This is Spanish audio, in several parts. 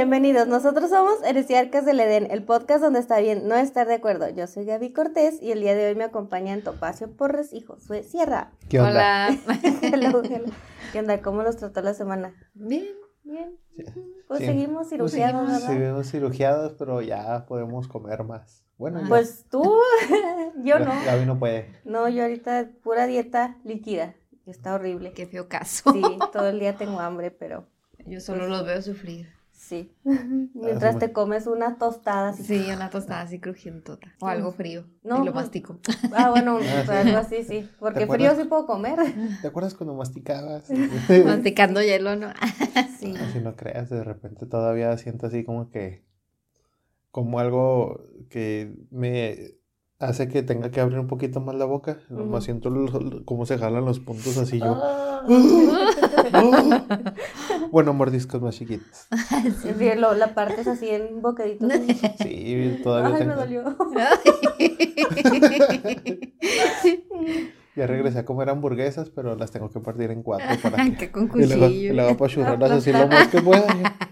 Bienvenidos, nosotros somos Heresiarcas del Edén, el podcast donde está bien no estar de acuerdo. Yo soy Gaby Cortés y el día de hoy me acompañan Topacio Porres y Josué Sierra. ¿Qué onda? Hola. Hello. ¿Qué onda? ¿Cómo los trató la semana? Bien. Sí. Pues Sí. seguimos cirugiados, ¿verdad? Seguimos cirugiados, pero ya podemos comer más. Bueno, yo. Pues tú, yo no. Gaby no puede. No, yo ahorita pura dieta líquida, que está horrible. Qué feo caso. Sí, todo el día tengo hambre, pero Yo solo los veo sufrir. sí. Mientras te comes una tostada así. Sí, una tostada así crujientota. O algo frío. No, y lo pues- mastico. Ah, bueno, Ah, sí. algo así, sí. Porque ¿Te frío acuerdas? sí puedo comer. ¿Te acuerdas cuando masticabas? Masticando hielo, ¿no? Sí. Así no creas, de repente todavía siento así como algo que me hace que tenga que abrir un poquito más la boca. Nomás siento cómo se jalan los puntos así yo. Bueno, mordiscos más chiquitos. Sí, la parte es así en bocaditos. Sí, todavía Ay, me tengo. dolió. Ya regresé a comer hamburguesas, pero las tengo que partir en 4 para que... Que con Y luego cuchillo. apachurrarlas así lo más que pueda.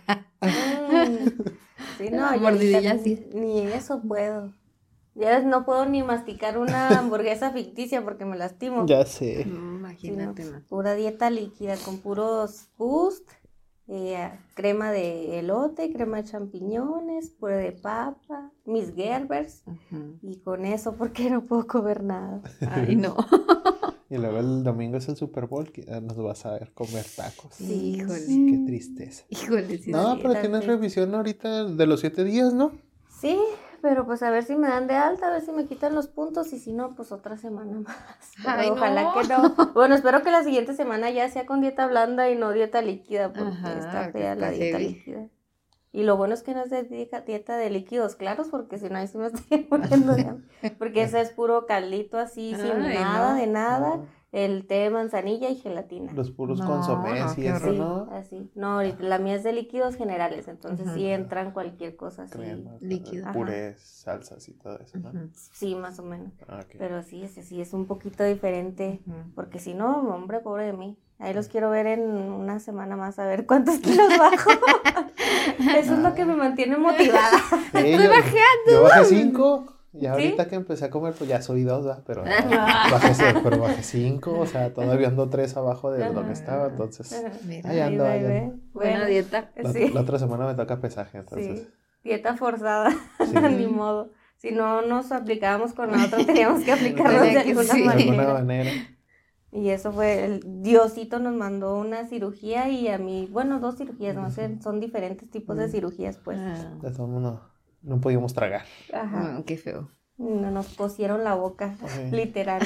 Sí, no, yo Mordidilla ahorita así. ni eso puedo. Ya no puedo ni masticar una hamburguesa ficticia porque me lastimo. Ya sé. No, imagínate, Sí, no, no. pura dieta líquida con puros Boost, crema de elote, crema de champiñones, puré de papa, mis Gerbers. Ujú. Y con eso, porque no puedo comer nada. Ay, no. Y luego el domingo es el Super Bowl, que ya nos vas a ver comer tacos. Sí. Híjole. Qué tristeza. Híjole, sí. No, sí, pero tal tienes vez. revisión ahorita de los 7 días, ¿no? Sí, pero pues a ver si me dan de alta, a ver si me quitan los puntos y si no, pues otra semana más. Pero Ay, ojalá no. que no. Bueno, espero que la siguiente semana ya sea con dieta blanda y no dieta líquida, porque Ajá, está que fea la está dieta heavy. líquida. Y lo bueno es que no es de dieta de líquidos claros, porque si no, ahí sí me estoy muriendo de hambre. Porque ese es puro caldito así, sin Ay, nada, no. de nada. No. El té de manzanilla y gelatina. Los puros No, consomés no, y qué eso, Sí, ¿no? así. No, ahorita la mía es de líquidos generales, entonces Ujú. sí entran cualquier cosa así. Cremas, líquido. purés, salsas y todo eso, ¿no? Ujú. Sí, más o menos. Ah, ok. Pero sí, ese sí es un poquito diferente, Ujú. porque si no, hombre, pobre de mí. Ahí los quiero ver en una semana más a ver cuántos kilos bajo. Eso es lo que me mantiene motivada. Sí, yo bajé 5 y ahorita que empecé a comer, pues ya soy 2, ¿verdad? Pero bajé 5, o sea, todavía ando 3 abajo de lo que estaba, entonces Mira, ahí ando, ahí ve. ando. buena dieta. Sí, La otra semana me toca pesaje, entonces. sí. Dieta forzada, Sí. ni modo. Si no nos aplicábamos con la otra, teníamos que aplicarnos de Tenía que- alguna sí. De alguna manera. manera. Y eso fue, el Diosito nos mandó una cirugía y a mí, bueno, 2 cirugías, no sé, son diferentes tipos de cirugías, pues. Ah, De todos modos, no podíamos tragar. Ajá. qué feo. No nos cosieron la boca, Sí. literal.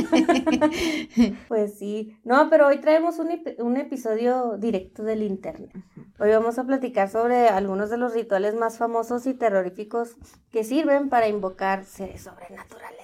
Pues sí. No, pero hoy traemos un episodio directo del internet. Hoy vamos a platicar sobre algunos de los rituales más famosos y terroríficos que sirven para invocar seres sobrenaturales.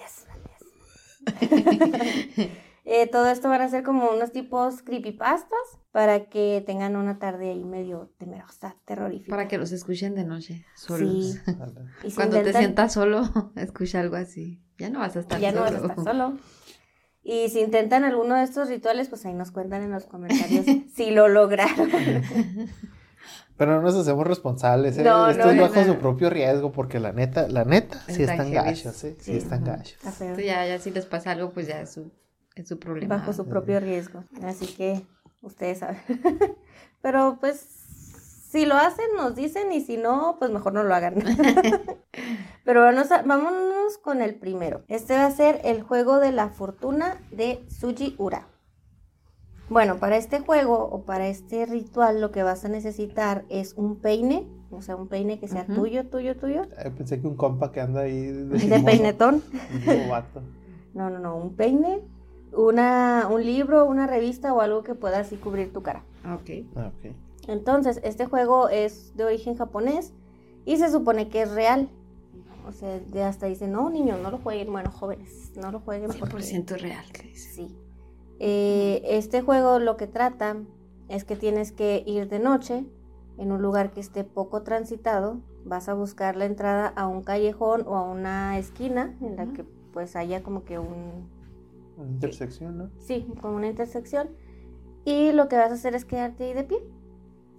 Todo esto van a ser como unos tipos creepypastas para que tengan una tarde ahí medio temerosa, terrorífica. Para que los escuchen de noche, solos. Sí. Ándale. Y si Cuando te intentan- sientas solo, escucha algo así. Ya no vas a estar ya no solo. vas a estar solo. Y si intentan alguno de estos rituales, pues ahí nos cuentan en los comentarios si lo lograron. Pero no nos hacemos responsables, ¿eh? No, Esto no, es no, bajo no. su propio riesgo, porque la neta, sí Están están heavy. gachos, ¿eh? Sí Sí. están Ujú. gachos. Está feo. Esto ya si les pasa algo, pues ya es su problema. Bajo su propio riesgo. Así que ustedes saben. Pero pues si lo hacen, nos dicen, y si no, pues mejor no lo hagan. Pero vámonos con el primero. Este va a ser el juego de la fortuna de Tsuji Ura. Bueno, para este juego o para este ritual lo que vas a necesitar es un peine, o sea, un peine que sea Ujú. tuyo. Pensé que un compa que anda ahí De chismoso, peinetón. un vato. No, un peine, un libro, una revista o algo que pueda así cubrir tu cara. Ok. Ah, ok. Entonces, este juego es de origen japonés y se supone que es real. O sea, ya hasta dicen, no, niños, no lo jueguen, bueno, jóvenes, no lo jueguen porque... 100% real, que dice. Sí. Este juego lo que trata es que tienes que ir de noche en un lugar que esté poco transitado. Vas a buscar la entrada a un callejón o a una esquina en la que pues haya como que Una intersección, ¿no? sí, como una intersección. Y lo que vas a hacer es quedarte ahí de pie.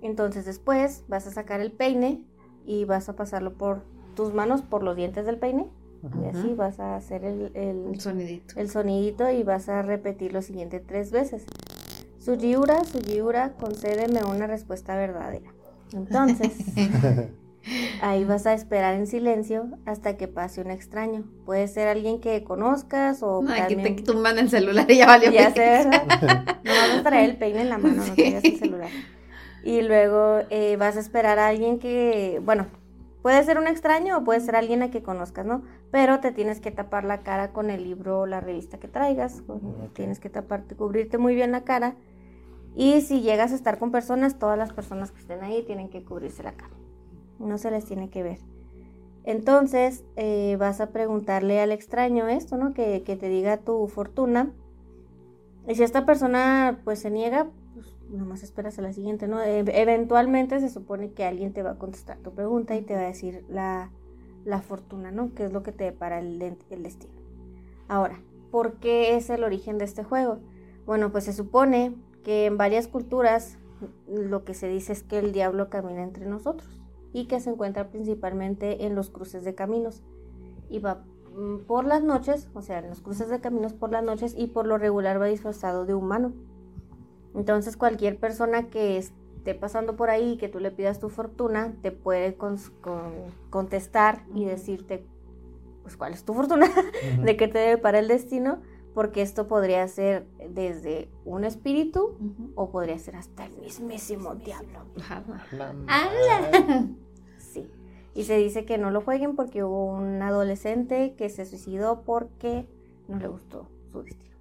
Entonces después vas a sacar el peine y vas a pasarlo por tus manos, por los dientes del peine. Y así vas a hacer El sonidito. el sonidito y vas a repetir lo siguiente 3 veces. Sugiura, concédeme una respuesta verdadera. Entonces, ahí vas a esperar en silencio hasta que pase un extraño. Puede ser alguien que conozcas o No, aquí también... te tumban el celular y ya valió. Ya sé, ¿verdad? No vas a traer el peine en la mano, no traigas el celular. Y luego vas a esperar a alguien que, bueno, puede ser un extraño o puede ser alguien a que conozcas, ¿no? Pero te tienes que tapar la cara con el libro o la revista que traigas. Tienes que taparte, cubrirte muy bien la cara. Y si llegas a estar con personas, todas las personas que estén ahí tienen que cubrirse la cara. No se les tiene que ver. Entonces vas a preguntarle al extraño esto, ¿no? Que te diga tu fortuna. Y si esta persona pues se niega, pues nomás esperas a la siguiente, ¿no? Eventualmente se supone que alguien te va a contestar tu pregunta y te va a decir la fortuna, ¿no? Que es lo que te depara el destino. Ahora, ¿por qué es el origen de este juego? Bueno, pues se supone que en varias culturas lo que se dice es que el diablo camina entre nosotros y que se encuentra principalmente en los cruces de caminos y va por las noches, o sea, en los cruces de caminos por las noches, y por lo regular va disfrazado de humano. Entonces cualquier persona que esté pasando por ahí y que tú le pidas tu fortuna te puede contestar y decirte pues cuál es tu fortuna, de qué te debe para el destino, porque esto podría ser desde un espíritu o podría ser hasta el mismísimo diablo. ¡Hala! Sí. Y se dice que no lo jueguen porque hubo un adolescente que se suicidó porque no le gustó su destino.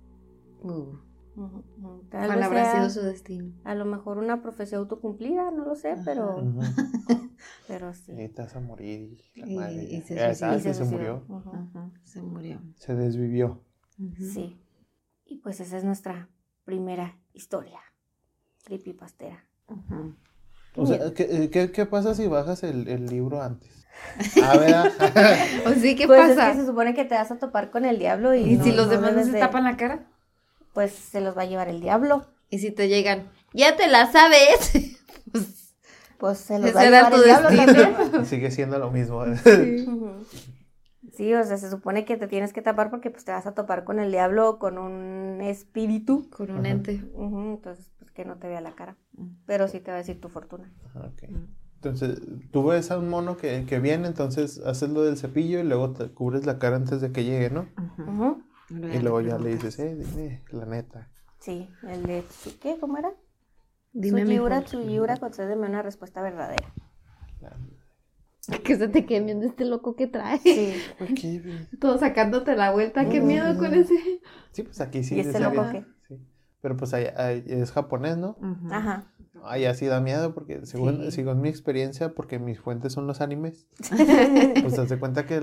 Tal ¿Cuál vez habrá sea, sido su destino? a lo mejor una profecía autocumplida, no lo sé, pero sí. Y te vas a morir. Y se se murió. Ajá, se murió. Se desvivió. Sí. Y pues esa es nuestra primera historia creepypastera. O sea, ¿qué pasa si bajas el libro antes? A ver. O sí, ¿qué pues pasa? es que se supone que te vas a topar con el diablo y ¿Y si los no demás no debes se de- tapan la cara? Pues se los va a llevar el diablo. ¿Y si te llegan? ¡Ya te la sabes! Pues se los Ese va a era llevar tu el diablo destino. también. Sigue siendo lo mismo. Sí, o sea, se supone que te tienes que tapar porque pues te vas a topar con el diablo o con un espíritu. Con un ente. Entonces, pues que no te vea la cara. Pero sí te va a decir tu fortuna. Okay. Entonces, tú ves a un mono que viene, entonces haces lo del cepillo y luego te cubres la cara antes de que llegue, ¿no? Ujú. Y luego ya le dices, dime la neta. Sí, el de ¿qué? ¿Cómo era? Dime mejor. Tsuyura, concédeme una respuesta verdadera. Que se te quede viendo este loco que trae. Sí. ¿Por qué? Todo sacándote la vuelta. ¡Qué miedo con ese! Sí, pues aquí sí. ¿Y este sería- loco qué? Sí. Pero pues ahí es japonés, ¿no? Ajá. Allá sí da miedo porque Sí. según mi experiencia, porque mis fuentes son los animes, pues te das cuenta que,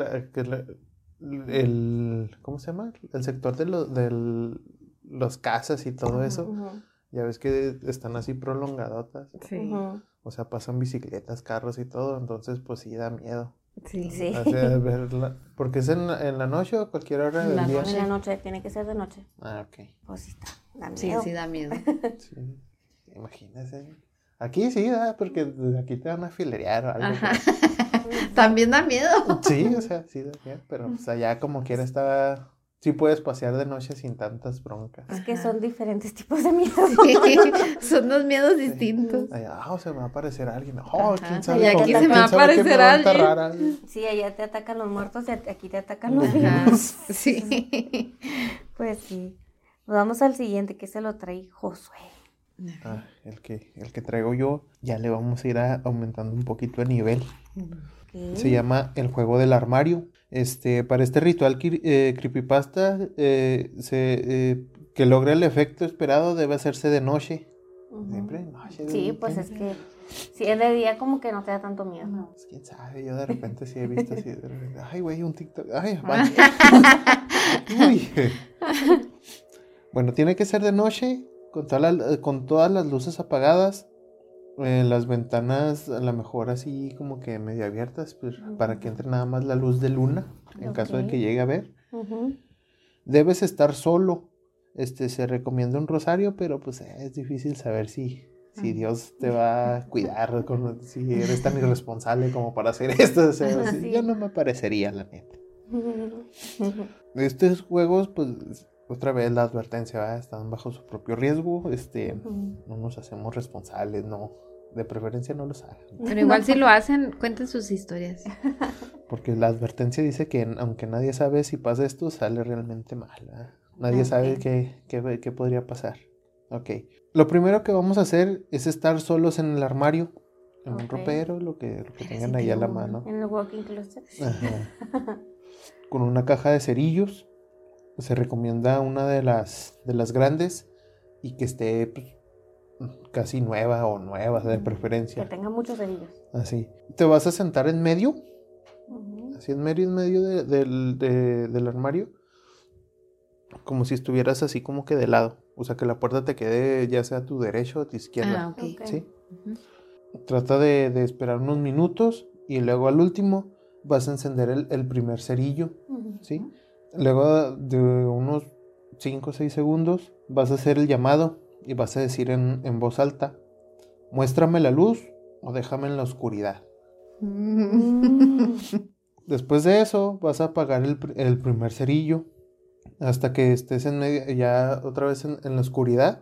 el ¿cómo se llama? El sector de los casas y todo eso, Ujú, ya ves que están así prolongadotas. Sí. ujú. O sea, pasan bicicletas, carros y todo, entonces pues sí da miedo. Sí. Sí. O sea, porque es en la noche o cualquier hora En del la día. En la noche, tiene que ser de noche. Ah, ok. Pues sí está, da Sí, miedo. sí da miedo. Sí. Imagínese. Aquí sí, porque aquí te van a filerear o algo. Ajá. También da miedo. Sí, o sea, sí da miedo, pero pues allá como quiera está... Sí puedes pasear de noche sin tantas broncas. Es que Ajá. son diferentes tipos de miedo. Sí, son dos miedos distintos. Allá, se me va a aparecer alguien. Ajá. Quién sabe Y aquí con- se me quién va a sabe qué aparecer me va a estar alguien. rara. Sí, allá te atacan los muertos y aquí te atacan los Ajá. vivos. Sí. Pues sí. Vamos al siguiente, que se lo trae Josué. El que traigo yo, ya le vamos a ir aumentando un poquito de nivel. Ok. Se llama El Juego del Armario. Para este ritual creepypasta que logre el efecto esperado debe hacerse de noche. Ujú. Siempre de noche. de Sí, pues weekend. es que si es de día como que no te da tanto miedo. Pues, quién sabe, yo de repente sí he visto así, de repente, ay, güey, un TikTok, ay, vale. Uy. Bueno, tiene que ser de noche, con todas las luces apagadas, las ventanas a lo mejor así como que medio abiertas, pues, para que entre nada más la luz de luna, en caso de Ok. que llegue a ver. Ujú. Debes estar solo, se recomienda un rosario, pero pues es difícil saber si si Dios te va a cuidar, si eres tan irresponsable como para hacer esto. O sea, Sí. yo no me parecería, la neta. Estos juegos, pues, otra vez la advertencia, ¿verdad? Están bajo su propio riesgo, no nos hacemos responsables, no, de preferencia no los hagan, Pero igual si lo hacen, cuenten sus historias. porque la advertencia dice que aunque nadie sabe si pasa esto, sale realmente mal, ¿verdad? Nadie sabe Ok. qué podría pasar. Ok, lo primero que vamos a hacer es estar solos en el armario, en un Ok. ropero, lo que Pero tengan sí ahí a la tengo mano. En el walking closet. Ajá. Con una caja de cerillos. Se recomienda una de las grandes y que esté pues, casi nueva o nueva de Que preferencia. tenga muchos cerillos. Así. Te vas a sentar en medio, Ujú. así en medio del armario, como si estuvieras así como que de lado. O sea, que la puerta te quede ya sea a tu derecha o a tu izquierda. Ah, ok. Ok. ¿Sí? Ujú. Trata de esperar unos minutos y luego al último vas a encender el primer cerillo. Ujú. ¿Sí? Luego de unos 5 o 6 segundos vas a hacer el llamado y vas a decir en voz alta, muéstrame la luz o déjame en la oscuridad. Mm. Después de eso vas a apagar el primer cerillo hasta que estés en medio, ya otra vez en la oscuridad.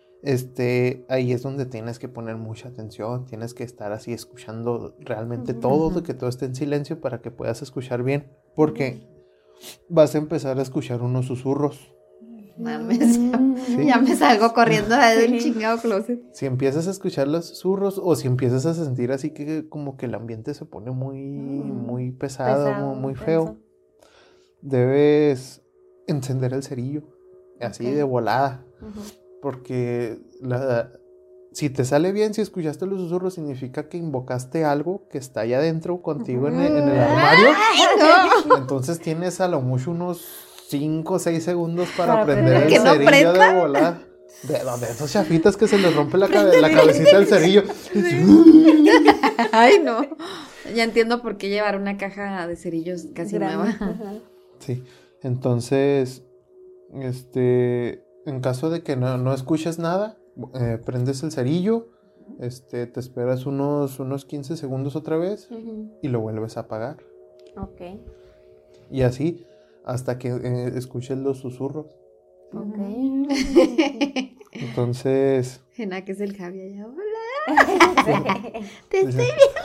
Ahí es donde tienes que poner mucha atención, tienes que estar así escuchando realmente Ujú. todo, Ujú. de que todo esté en silencio para que puedas escuchar bien, porque vas a empezar a escuchar unos susurros. Mames, Sí. ya me salgo corriendo del Sí. chingado closet. Si empiezas a escuchar los susurros o si empiezas a sentir así que como que el ambiente se pone muy pesado, muy feo, tenso. debes encender el cerillo, así Ok. de volada, Ujú. porque si te sale bien, si escuchaste los susurros, significa que invocaste algo que está allá adentro contigo en el armario. Entonces tienes a lo mucho unos 5 o 6 segundos para Para prender prender. el ¿Que no cerillo prenda? de volada. De esos chafitas que se les rompe la cabecita del cerillo. Ay, no. Ya entiendo por qué llevar una caja de cerillos casi Grande. nueva. Ajá. Sí, entonces, en caso de que no escuches nada, prendes el cerillo, te esperas unos 15 segundos otra vez Ujú. y lo vuelves a apagar. Ok. Y así hasta que escuches los susurros. Ok. Entonces, Jena, que es el Javi allá. Hola. Te estoy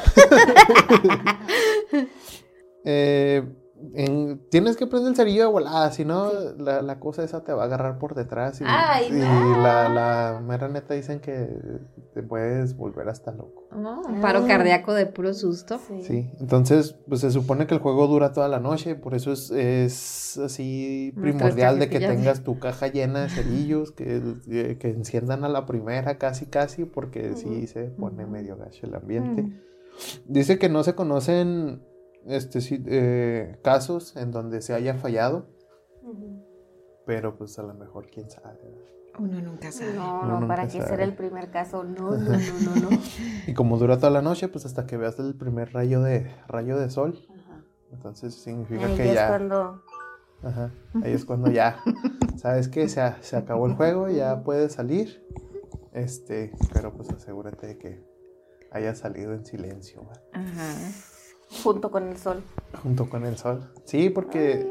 tienes que prender el cerillo de volada, si no, la cosa esa te va a agarrar por detrás. ¡Ay, y no! la mera neta dicen que te puedes volver hasta loco. No, un paro cardíaco de puro susto. Sí, entonces, pues se supone que el juego dura toda la noche, por eso es así Nuestras primordial de que cajetillas. tengas tu caja llena de cerillos, que enciendan a la primera casi, porque sí se pone medio gacho el ambiente. Dice que no se conocen casos en donde se haya fallado, Ujú. pero pues a lo mejor quién sabe, ¿verdad? Uno nunca sabe. No, Uno no, ¿para nunca qué sabe. ser el primer caso? No, no, no, no, no. Y como dura toda la noche, pues hasta que veas el primer rayo de sol, Ajá. entonces significa Ahí que es ya... cuando... Ajá, ahí es cuando ya, ¿sabes qué? Se acabó el juego, ya puedes salir, pero pues asegúrate de que haya salido en silencio, ¿va? Ajá. Junto con el sol. Junto con el sol. Sí, porque...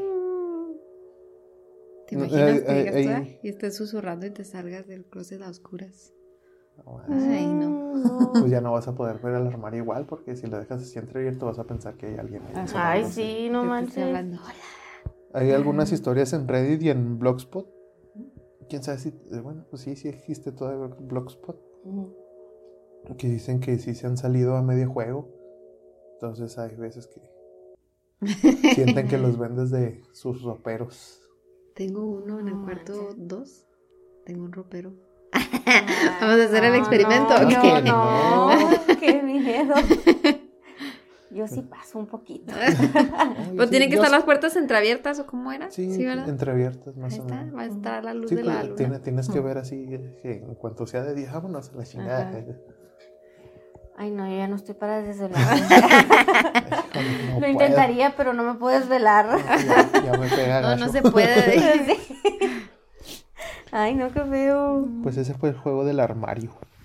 ¿Te imaginas que Ay, digas ay, tú, ay. y estés susurrando y te salgas del closet a oscuras? no, Ay, no. pues ya no vas a poder ver el armario igual, porque si lo dejas así entreabierto vas a pensar que hay alguien ahí. Ajá. Ay, asomándose. sí, no Que te manches. esté hablando. Hay algunas historias en Reddit y en Blogspot. Quién sabe si... Bueno, pues sí existe todavía Blogspot. Ujú. Que dicen que sí se han salido a medio juego. Entonces hay veces que sienten que los ven desde sus roperos. Tengo uno en el No cuarto 2. Tengo un ropero. Ay, Vamos a hacer el experimento, No, ¿ok? no, qué miedo. Yo sí paso un poquito. Pues tienen que estar las puertas entreabiertas o cómo era. Sí, ¿verdad? entreabiertas más Ahí o está, menos. va a estar la luz Sí, de la pues, luna. tienes que ver así, que en cuanto sea de día, vámonos a la chingada. Ajá. Ay, no, yo ya no estoy para desvelar. No Lo puedo. intentaría, pero no me puedo desvelar. Ya me pega No, gacho. no se puede. Ay, no, qué feo. Pues ese fue el juego del armario.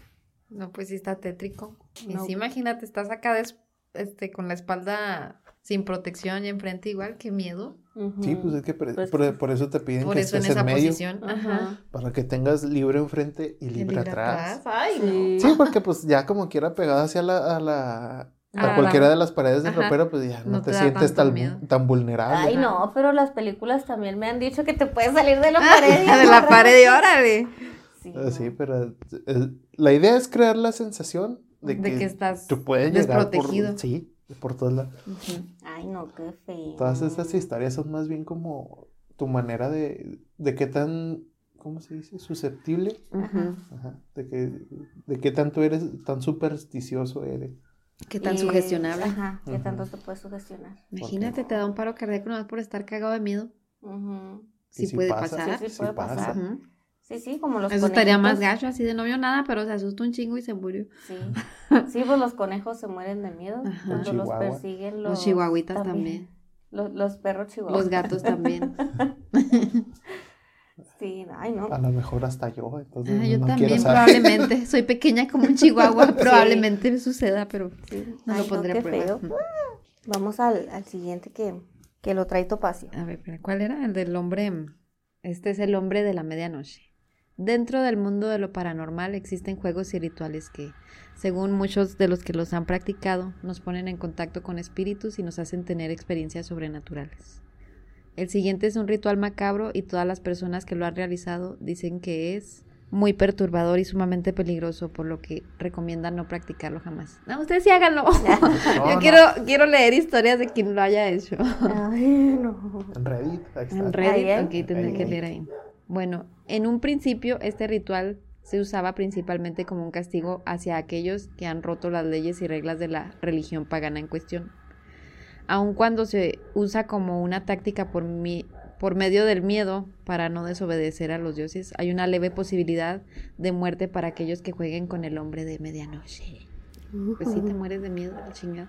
No, pues sí está tétrico. Y No. sí, imagínate, estás acá con la espalda sin protección y enfrente igual, qué miedo. Sí, pues es que Pues, por eso te piden Por que eso en estés esa en medio, posición. Ajá. para que tengas libre enfrente y El libre libre atrás. Ay, Sí. Sí, porque pues ya como quiera pegada hacia a A cualquiera la- de las paredes del Ajá. ropero, pues ya no No te te da sientes tanto miedo. tan vulnerable. Ay, Ajá. no, pero las películas también me han dicho que te puedes salir de la pared. y de la agarrar. pared y órale. Sí, Sí, no. pero la idea es crear la sensación de De que que estás tú puedes llegar desprotegido. por todos lados. Ujú. Ay, no, qué feo. Todas esas historias son más bien como tu manera de qué tan, ¿cómo se dice? Susceptible. Ujú. Ajá, de qué tanto eres, tan supersticioso eres. Qué tan Y- sugestionable. Ajá, qué Ujú. tanto te puedes sugestionar. Imagínate, te da un paro cardíaco nomás por estar cagado de miedo. Ujú. Sí, sí puede pasa. pasar. Sí, puede pasar. Ujú. Sí, como los Eso estaría más conejitos. gacho, así de no vio nada, pero se asustó un chingo y se murió. Sí. Sí, pues los conejos se mueren de miedo Ajá. cuando los Chihuahua. persiguen Los chihuahuitas también. Los perros chihuahuas. Los gatos también. Sí, ay, no. A lo mejor hasta yo, entonces Ah, yo no también, quiero saber. probablemente. Soy pequeña como un chihuahua, probablemente me suceda, pero Sí. no Ay, lo pondré qué a prueba. feo. Vamos al siguiente que lo trae Topacio. A ver, pero ¿cuál era? El del hombre. Este es el hombre de la medianoche. Dentro del mundo de lo paranormal existen juegos y rituales que, según muchos de los que los han practicado, nos ponen en contacto con espíritus y nos hacen tener experiencias sobrenaturales. El siguiente es un ritual macabro y todas las personas que lo han realizado dicen que es muy perturbador y sumamente peligroso, por lo que recomiendan no practicarlo jamás. No, ustedes sí háganlo. Yo no. quiero leer historias de quien lo haya hecho. Ay, no. En Reddit, ahí está. En Reddit, Ahí, ok, tendré que leer ahí. Bueno, en un principio este ritual se usaba principalmente como un castigo hacia aquellos que han roto las leyes y reglas de la religión pagana en cuestión. Aun cuando se usa como una táctica por medio del miedo para no desobedecer a los dioses, hay una leve posibilidad de muerte para aquellos que jueguen con el hombre de medianoche. Pues sí, te mueres de miedo, la chingada.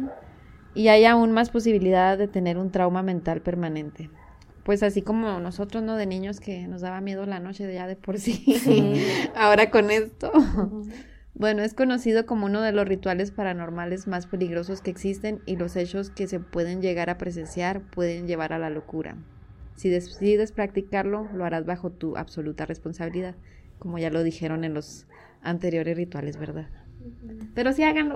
Y hay aún más posibilidad de tener un trauma mental permanente. Pues así como nosotros, ¿no? De niños que nos daba miedo la noche de ya de por sí. Sí. Ahora con esto. Bueno, es conocido como uno de los rituales paranormales más peligrosos que existen y los hechos que se pueden llegar a presenciar pueden llevar a la locura. Si decides practicarlo, lo harás bajo tu absoluta responsabilidad, como ya lo dijeron en los anteriores rituales, ¿verdad? Pero sí háganlo.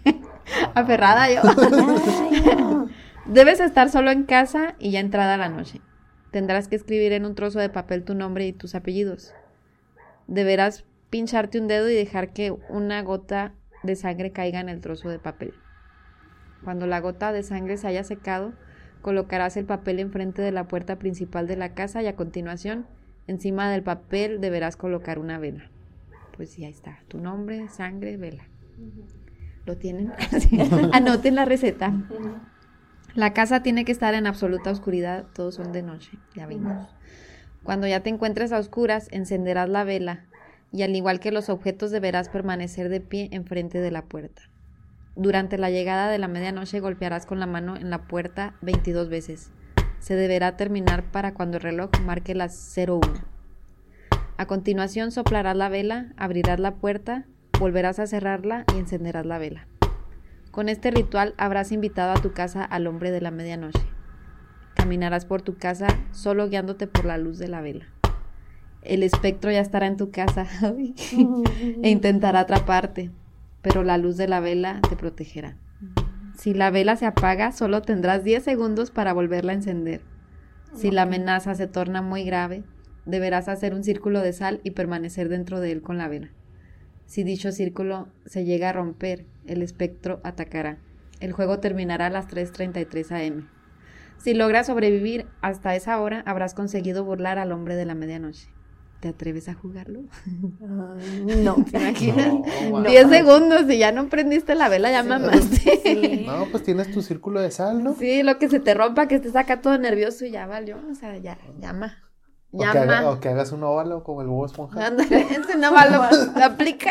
Aferrada yo. Ay, no. Debes estar solo en casa y ya entrada la noche. Tendrás que escribir en un trozo de papel tu nombre y tus apellidos. Deberás pincharte un dedo y dejar que una gota de sangre caiga en el trozo de papel. Cuando la gota de sangre se haya secado, colocarás el papel enfrente de la puerta principal de la casa y a continuación, encima del papel deberás colocar una vela. Pues sí, ahí está, tu nombre, sangre, vela. ¿Lo tienen? Sí. Anoten la receta. La casa tiene que estar en absoluta oscuridad, todos son de noche, ya vimos. Cuando ya te encuentres a oscuras, encenderás la vela y al igual que los objetos deberás permanecer de pie enfrente de la puerta. Durante la llegada de la medianoche golpearás con la mano en la puerta 22 veces. Se deberá terminar para cuando el reloj marque las 01. A continuación soplarás la vela, abrirás la puerta, volverás a cerrarla y encenderás la vela. Con este ritual habrás invitado a tu casa al hombre de la medianoche. Caminarás por tu casa solo guiándote por la luz de la vela. El espectro ya estará en tu casa e intentará atraparte, pero la luz de la vela te protegerá. Si la vela se apaga, solo tendrás 10 segundos para volverla a encender. Si la amenaza se torna muy grave, deberás hacer un círculo de sal y permanecer dentro de él con la vela. Si dicho círculo se llega a romper, el espectro atacará. El juego terminará a las 3:33 am. Si logras sobrevivir hasta esa hora, habrás conseguido burlar al hombre de la medianoche. ¿Te atreves a jugarlo? Ay, no. ¿Te imaginas? No, 10 segundos y ya no prendiste la vela, ya mamaste. Sí. No, pues tienes tu círculo de sal, ¿no? Sí, lo que se te rompa, que estés acá todo nervioso y ya valió. O sea, ya, llama. O que hagas un óvalo como el Bob Esponja. Ándale, ese no va lo aplica.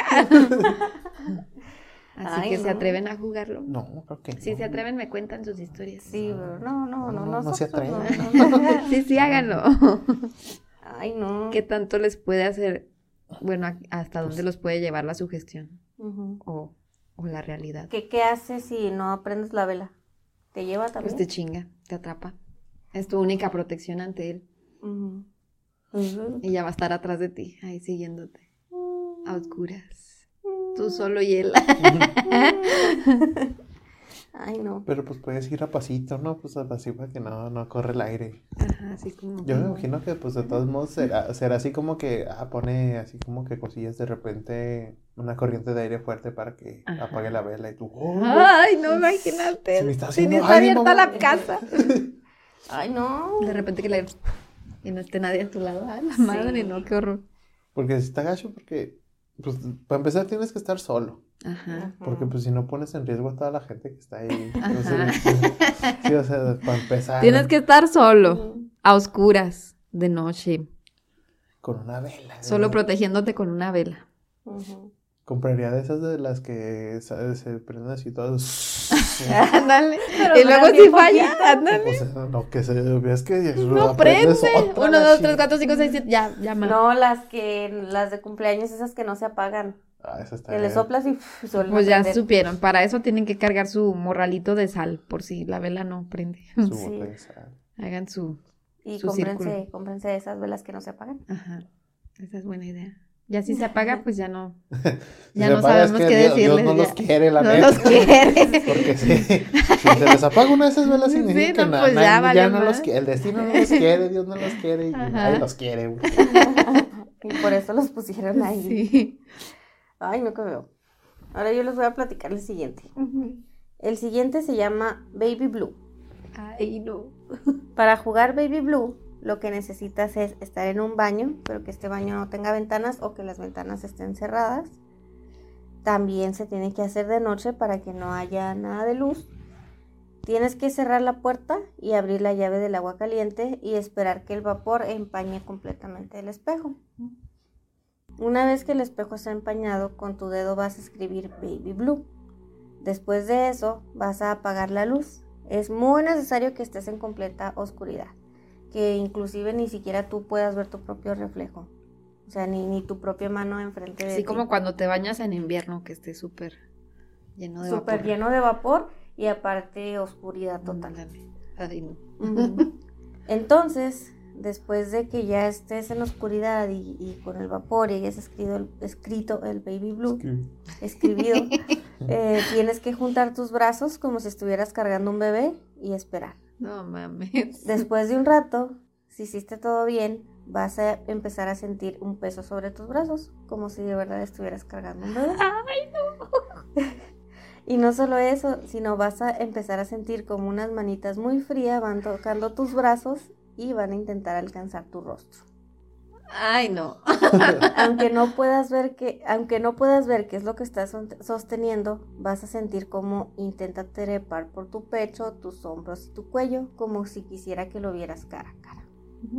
Así Ay, que no. se atreven a jugarlo. No, creo que Si no. se atreven, me cuentan sus historias. Sí, pero no, No se nosotros atrevan. no. Sí, háganlo. Ay, no. ¿Qué tanto les puede hacer bueno, hasta dónde los puede llevar la sugestión Ujú. o la realidad. ¿Qué haces si no prendes la vela? ¿Te lleva Pues también? te chinga, te atrapa. Es tu única protección ante él. Ujú. Ujú. Y ya va a estar atrás de ti, ahí siguiéndote. A oscuras. Tú solo y él. Ay, no. Pero pues puedes ir a pasito, ¿no? Pues así para que no corre el aire. Ajá, así como. Yo me imagino que pues de todos modos será así como que pone así como que cosillas de repente una corriente de aire fuerte para que Ajá. apague la vela y tú, oh, Ay, no, imagínate. Se me está Si ni haciendo está aire, abierta mamá. la casa. Ay, no. De repente que y no esté nadie a tu lado. Ay, la Sí. madre, no, qué horror. porque si está gacho porque pues para empezar tienes que estar solo, Ajá. porque pues si no pones en riesgo a toda la gente que está ahí. Ajá. Entonces, sí, o sea, para empezar Tienes que estar solo, Ujú. a oscuras, de noche, con una vela. solo protegiéndote con una vela. Ujú. Compraría de esas de las que se prenden así todas. Ándale. Pero Y luego duran si bien falla, poquito. ándale. O sea, no, que se veas que No aprendes prende. otra, 1, la 2, 3, chingada. 4, 5, 6, 7. Ya, más. No, las de cumpleaños, esas que no se apagan. Esa está Que le bien. soplas y se vuelven Pues a ya prender. supieron. Para eso tienen que cargar su morralito de sal, por si la vela no prende. Su Sí. bota de sal. Hagan su. Y su círculo. cómprense esas velas que no se apagan. Ajá. Esa es buena idea. Ya si se apaga, pues ya no. Si Ya se no apaga, es sabemos que qué Dios decirles. no los ya. quiere, la No neta. los quiere. Porque si se les apaga una de esas velas, Sí, significa no, que pues ya valió no los más. quiere. El destino no los quiere, Dios no los quiere y Ajá. nadie los quiere, güey. Y por eso los pusieron ahí. Sí. Ay, no que veo. Ahora yo les voy a platicar el siguiente. El siguiente se llama Baby Blue. Ay, no. Para jugar Baby Blue, lo que necesitas es estar en un baño, pero que este baño no tenga ventanas o que las ventanas estén cerradas. También se tiene que hacer de noche para que no haya nada de luz. Tienes que cerrar la puerta y abrir la llave del agua caliente y esperar que el vapor empañe completamente el espejo. Una vez que el espejo está empañado, con tu dedo vas a escribir Baby Blue. Después de eso, vas a apagar la luz. Es muy necesario que estés en completa oscuridad, que inclusive ni siquiera tú puedas ver tu propio reflejo. O sea, ni tu propia mano enfrente de ti. Así como cuando te bañas en invierno, que esté súper lleno de Súper vapor. lleno de vapor y aparte oscuridad total. Ándale. Ay, no. Ujú. Entonces, después de que ya estés en oscuridad y con el vapor y hayas escrito el Baby Blue, escribido, tienes que juntar tus brazos como si estuvieras cargando un bebé y esperar. No mames. Después de un rato, si hiciste todo bien, vas a empezar a sentir un peso sobre tus brazos, como si de verdad estuvieras cargando un bebé. Ay, no. Y no solo eso, sino vas a empezar a sentir como unas manitas muy frías van tocando tus brazos y van a intentar alcanzar tu rostro. Ay, no. Aunque no puedas ver qué es lo que estás sosteniendo, vas a sentir como intenta trepar por tu pecho, tus hombros y tu cuello, como si quisiera que lo vieras cara a cara.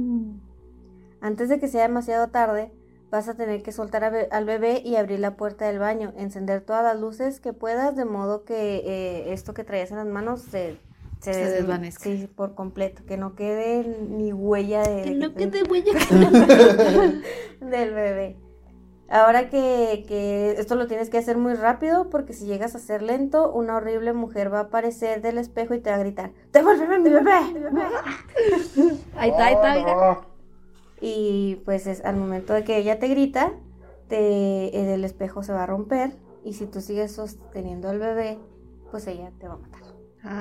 Antes de que sea demasiado tarde, vas a tener que soltar al bebé y abrir la puerta del baño, encender todas las luces que puedas, de modo que esto que traías en las manos se desvanezca. Sí, por completo, que no quede ni huella Que no quede huella. del bebé. Ahora que esto lo tienes que hacer muy rápido, porque si llegas a ser lento, una horrible mujer va a aparecer del espejo y te va a gritar: ¡devuélveme mi bebé! ¡Mi bebé! Ahí está, mira. Y pues al momento de que ella te grita, el espejo se va a romper, y si tú sigues sosteniendo al bebé, pues ella te va a matar.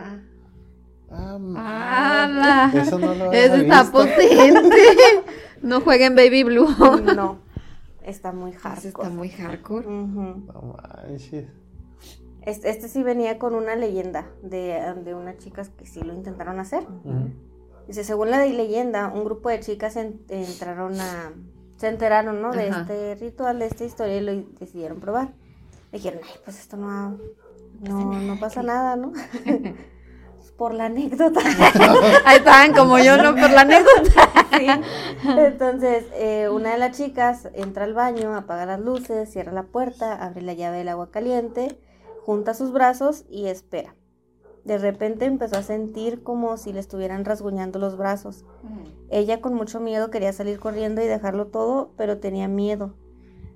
¡Hala! Eso no lo había Eso está visto. potente. No jueguen Baby Blue. No, está muy Eso hardcore. está muy hardcore. Ujú. No manches. Este sí venía con una leyenda de unas chicas que sí lo intentaron hacer. Ujú. Dice, según la leyenda, un grupo de chicas se enteraron, ¿no? De Ajá. este ritual, de esta historia, y lo decidieron probar. Dijeron, ay, pues esto no pasa nada, ¿no? Por la anécdota. Ahí estaban como yo, no por la anécdota. Sí. Entonces, una de las chicas entra al baño, apaga las luces, cierra la puerta, abre la llave del agua caliente, junta sus brazos y espera. De repente empezó a sentir como si le estuvieran rasguñando los brazos. Ella con mucho miedo quería salir corriendo y dejarlo todo, pero tenía miedo.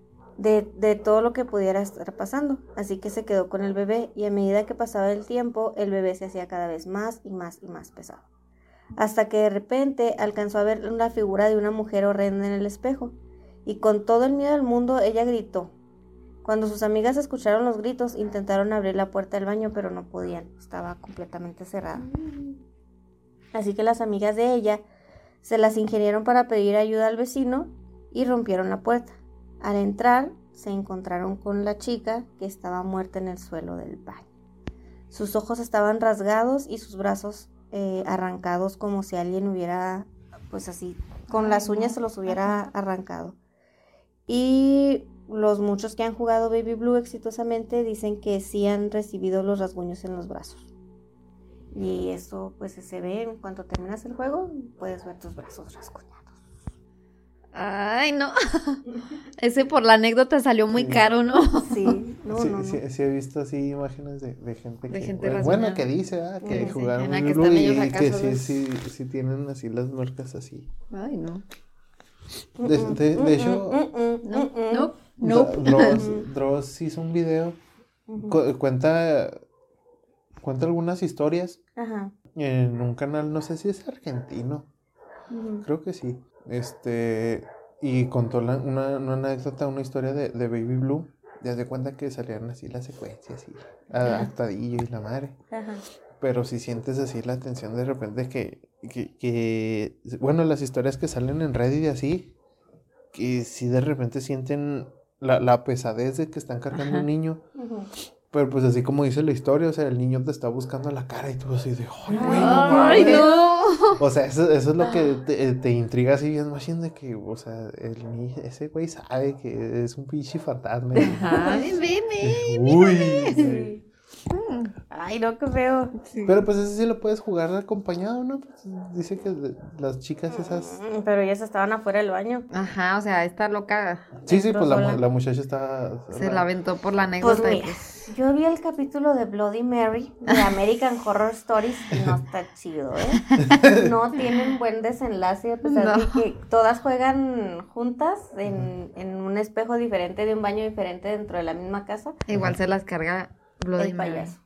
de todo lo que pudiera estar pasando. Así que se quedó con el bebé y a medida que pasaba el tiempo, el bebé se hacía cada vez más y más y más pesado. Hasta que de repente alcanzó a ver la figura de una mujer horrenda en el espejo y con todo el miedo del mundo ella gritó. Cuando sus amigas escucharon los gritos, intentaron abrir la puerta del baño, pero no podían, estaba completamente cerrada. Así que las amigas de ella se las ingeniaron para pedir ayuda al vecino y rompieron la puerta. Al entrar, se encontraron con la chica que estaba muerta en el suelo del baño. Sus ojos estaban rasgados y sus brazos arrancados como si alguien hubiera, pues así, con las uñas se los hubiera arrancado. Y los muchos que han jugado Baby Blue exitosamente dicen que sí han recibido los rasguños en los brazos. Y eso pues se ve en cuanto terminas el juego, puedes ver tus brazos rasguñados. Ay, no. Ese por la anécdota salió muy caro, ¿no? Sí, no. Sí he visto así imágenes de gente De que, gente bueno, rasguñada. que dice, que Sí, jugaron en la que Blue están ellos y acá que solos. sí tienen así las marcas así. Ay, no. De hecho, No. Dross hizo un video, cuenta algunas historias Ajá. en un canal, no sé si es argentino, creo que sí. Y contó una anécdota, una historia de Baby Blue. Ya se cuenta que salían así las secuencias y actuadillo y la madre. Ajá. Pero si sientes así la tensión de repente que bueno, las historias que salen en Reddit y así, que si de repente sienten la pesadez de que están cargando un niño. Pero pues así como dice la historia, o sea, el niño te está buscando la cara y tú así de, ¡ay, güey, no Ay, mames! no. O sea, eso es lo que te intriga así bien machín de que, o sea, ese güey sabe que es un pinche fantasma. Ay, veme. Uy. Sí. Ay, no, qué feo. Sí. Pero pues ese sí lo puedes jugar acompañado, ¿no? Pues, dice que las chicas esas... Pero ellas estaban afuera del baño. Ajá, o sea, esta loca Sí, entró pues sola. la muchacha está... se la aventó por la Pues anécdota. y mira, yo vi el capítulo de Bloody Mary de American Horror Stories y no está chido, ¿eh? No tienen buen desenlace a pesar de que todas juegan juntas en un espejo diferente de un baño diferente dentro de la misma casa. Igual se las carga Bloody El Mary. payaso.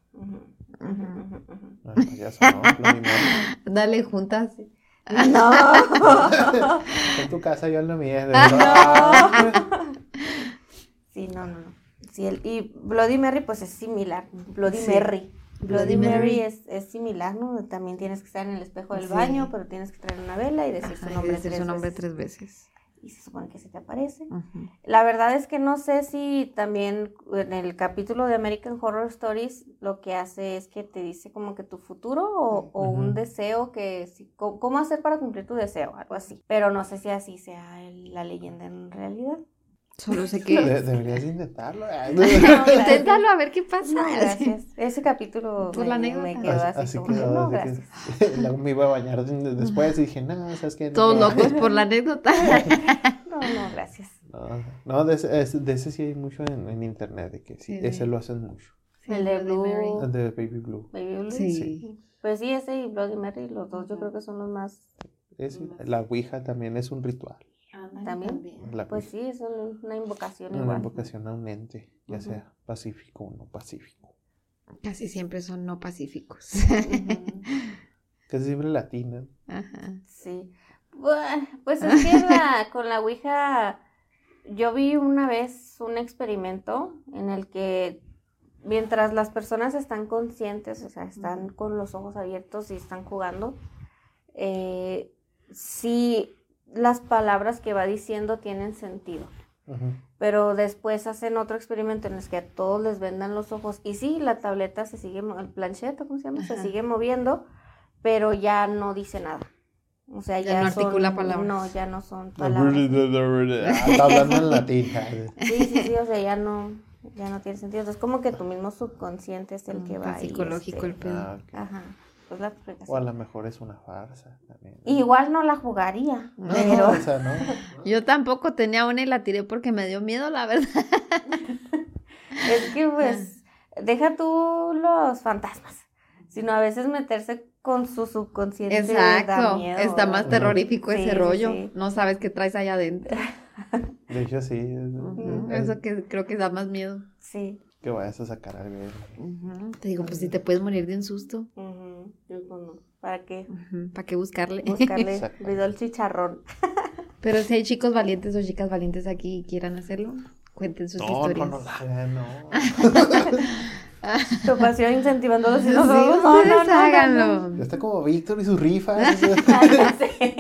El payaso, ¿no? Bloody Mary. Dale juntas. No. En tu casa, yo en la mía. Sí, no. Sí, y Bloody Mary pues es similar. Bloody Sí. Mary. Bloody Bloody Mary. Mary es similar, ¿no? También tienes que estar en el espejo del Sí. baño, pero tienes que traer una vela y decir su Ajá, y nombre decir tres su nombre veces. 3 veces. Y se supone que se te aparece. Ujú. La verdad es que no sé si también en el capítulo de American Horror Stories lo que hace es que te dice como que tu futuro o un deseo que cómo hacer para cumplir tu deseo, algo así. Pero no sé si así sea la leyenda en realidad. Solo sé que... Deberías intentarlo. Inténtalo a ver qué pasa. No, gracias. Ese capítulo Por la me anécdota. quedó así, Así como que quedó, no, así gracias. que luego me iba a bañar después y dije, no, ¿sabes qué? Todos No. locos por la anécdota. No, gracias. No, de ese sí hay mucho en internet, de que sí, Sí. ese lo hacen mucho. El de Bloody Mary. Blue. El de Baby Blue. Baby Blue. Sí. Pues sí, ese y Bloody Mary, los dos yo creo que son los más. La Ouija también es un ritual. ¿También? La Pues Ouija. sí, es una invocación Una igual. invocación a un ente, ya Ujú. sea pacífico o no pacífico. Casi siempre son no pacíficos. Ujú. Casi siempre latinan. Ajá. Sí. Pues es que con la Ouija, yo vi una vez un experimento en el que mientras las personas están conscientes, o sea, están con los ojos abiertos y están jugando, sí, las palabras que va diciendo tienen sentido. Ujú. Pero después hacen otro experimento en el que a todos les vendan los ojos. Y sí, la tableta se sigue, el plancheta, ¿cómo se llama? Se Ajá. sigue moviendo, pero ya no dice nada. O sea, Ya no articula palabras. No, ya no son palabras. Está hablando en latín. Sí, o sea, ya no tiene sentido. Entonces, como que tu mismo subconsciente es el que va Está ahí, psicológico el pedo. Ah, ok. Ajá, pues la O a explicación. lo mejor es una farsa también. Igual no la jugaría, No, pero... o sea, no. Yo tampoco tenía una y la tiré porque me dio miedo, la verdad. Es que pues, deja tú los fantasmas, sino a veces meterse con su subconsciente da Exacto. miedo. Está más Ujú. terrorífico Sí, ese sí, rollo. sí. No sabes qué traes allá adentro. De hecho, sí. Eso que creo que da más miedo. Sí. Que vayas a sacar algo. Te digo, pues si te puedes morir de un susto. Yo pues no. ¿Para qué? ¿Para qué buscarle? Buscarle Exacto. video al chicharrón. Pero si hay chicos valientes o chicas valientes aquí y quieran hacerlo, cuenten sus historias. No lo hagan, no. Tu pasión incentivándolos y Sí, nosotros. ustedes háganlo. Ya está como Víctor y sus rifas. Ya sé.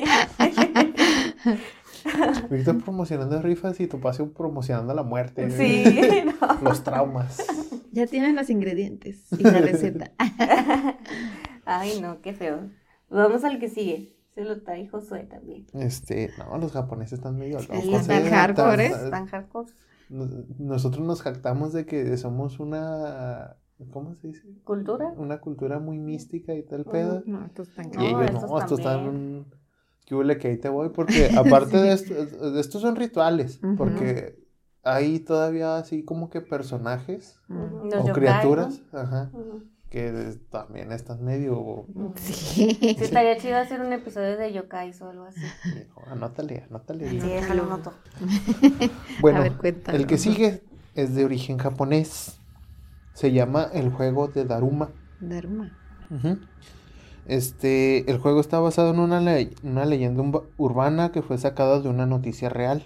Víctor promocionando rifas y tu pasión promocionando la muerte. Sí, no. Los traumas. Ya tienen los ingredientes y la receta. Ay, no, qué feo. Vamos al que sigue. Se lo trae Josué también. No, los japoneses están medio locos. Están hardcore, Están hardcore. Nosotros nos jactamos de que somos una, ¿cómo se dice? ¿Cultura? Una cultura muy mística y tal pedo. No, estos están Y ellos estos no, estos también. están, ¿qué huele que ahí te voy? Porque aparte de estos son rituales, Ujú. porque hay todavía así como que personajes Los o yokai, criaturas, ¿no? ajá, Ujú. que también están medio, Sí. Sí, estaría chido hacer un episodio de yokais o algo así. no, anótale. Sí, déjalo noto. Bueno, A ver, cuéntalo. el que sigue es de origen japonés, se llama el juego de Daruma. Dharma. Ujú. El juego está basado en una leyenda urbana que fue sacada de una noticia real.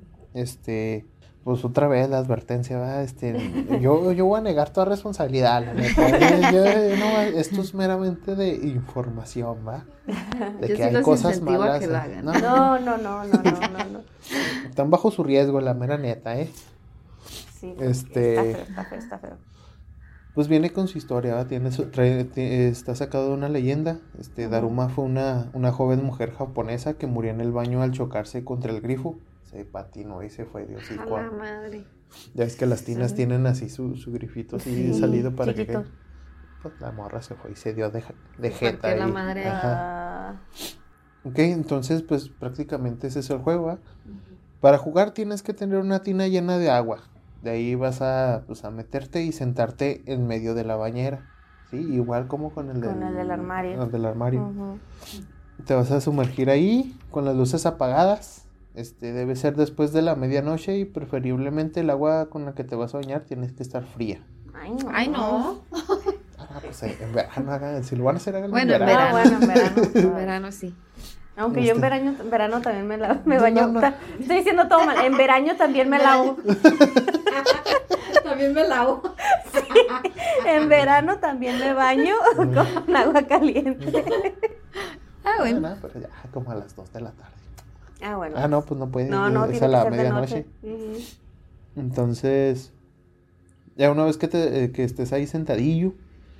Pues otra vez la advertencia, ¿va? Yo voy a negar toda responsabilidad, la neta. No, esto es meramente de información, ¿va? De Yo que sí hay los cosas incentivo a malas. que lo hagan. No. Están bajo su riesgo, la mera neta, ¿eh? Sí, está feo. Pues viene con su historia, ¿va? Está sacado de una leyenda. Daruma fue una joven mujer japonesa que murió en el baño al chocarse contra el grifo. Se patinó y se fue, Dios. Y A la cuando, madre. ya ves que las tinas tienen así su grifito así salido para chiquito. que pues la morra se fue y se dio de Se jeta partió la ahí. madre. Ajá. Ah, Ok, entonces pues prácticamente ese es el juego, ¿va? Para jugar tienes que tener una tina llena de agua. De ahí vas a meterte y sentarte en medio de la bañera. Sí, igual como con el del armario. El del armario. ujú. Te vas a sumergir ahí con las luces apagadas. Debe ser después de la medianoche y preferiblemente el agua con la que te vas a bañar tienes que estar fría. Ay, no. Pues en verano, si lo van a hacer, háganlo Bueno, en en verano. Bueno, en verano. En verano sí. Aunque yo en verano también me No, baño. no. Estoy diciendo todo mal. En verano también me lavo. También me lavo. En verano también me baño con agua caliente. Ah, bueno. No, pero ya como a las 2 de la tarde. Ah, bueno. Ah, no, pues no puede. No, es tiene a la que ser de medianoche. noche. Ujú. Entonces, ya una vez que estés ahí sentadillo,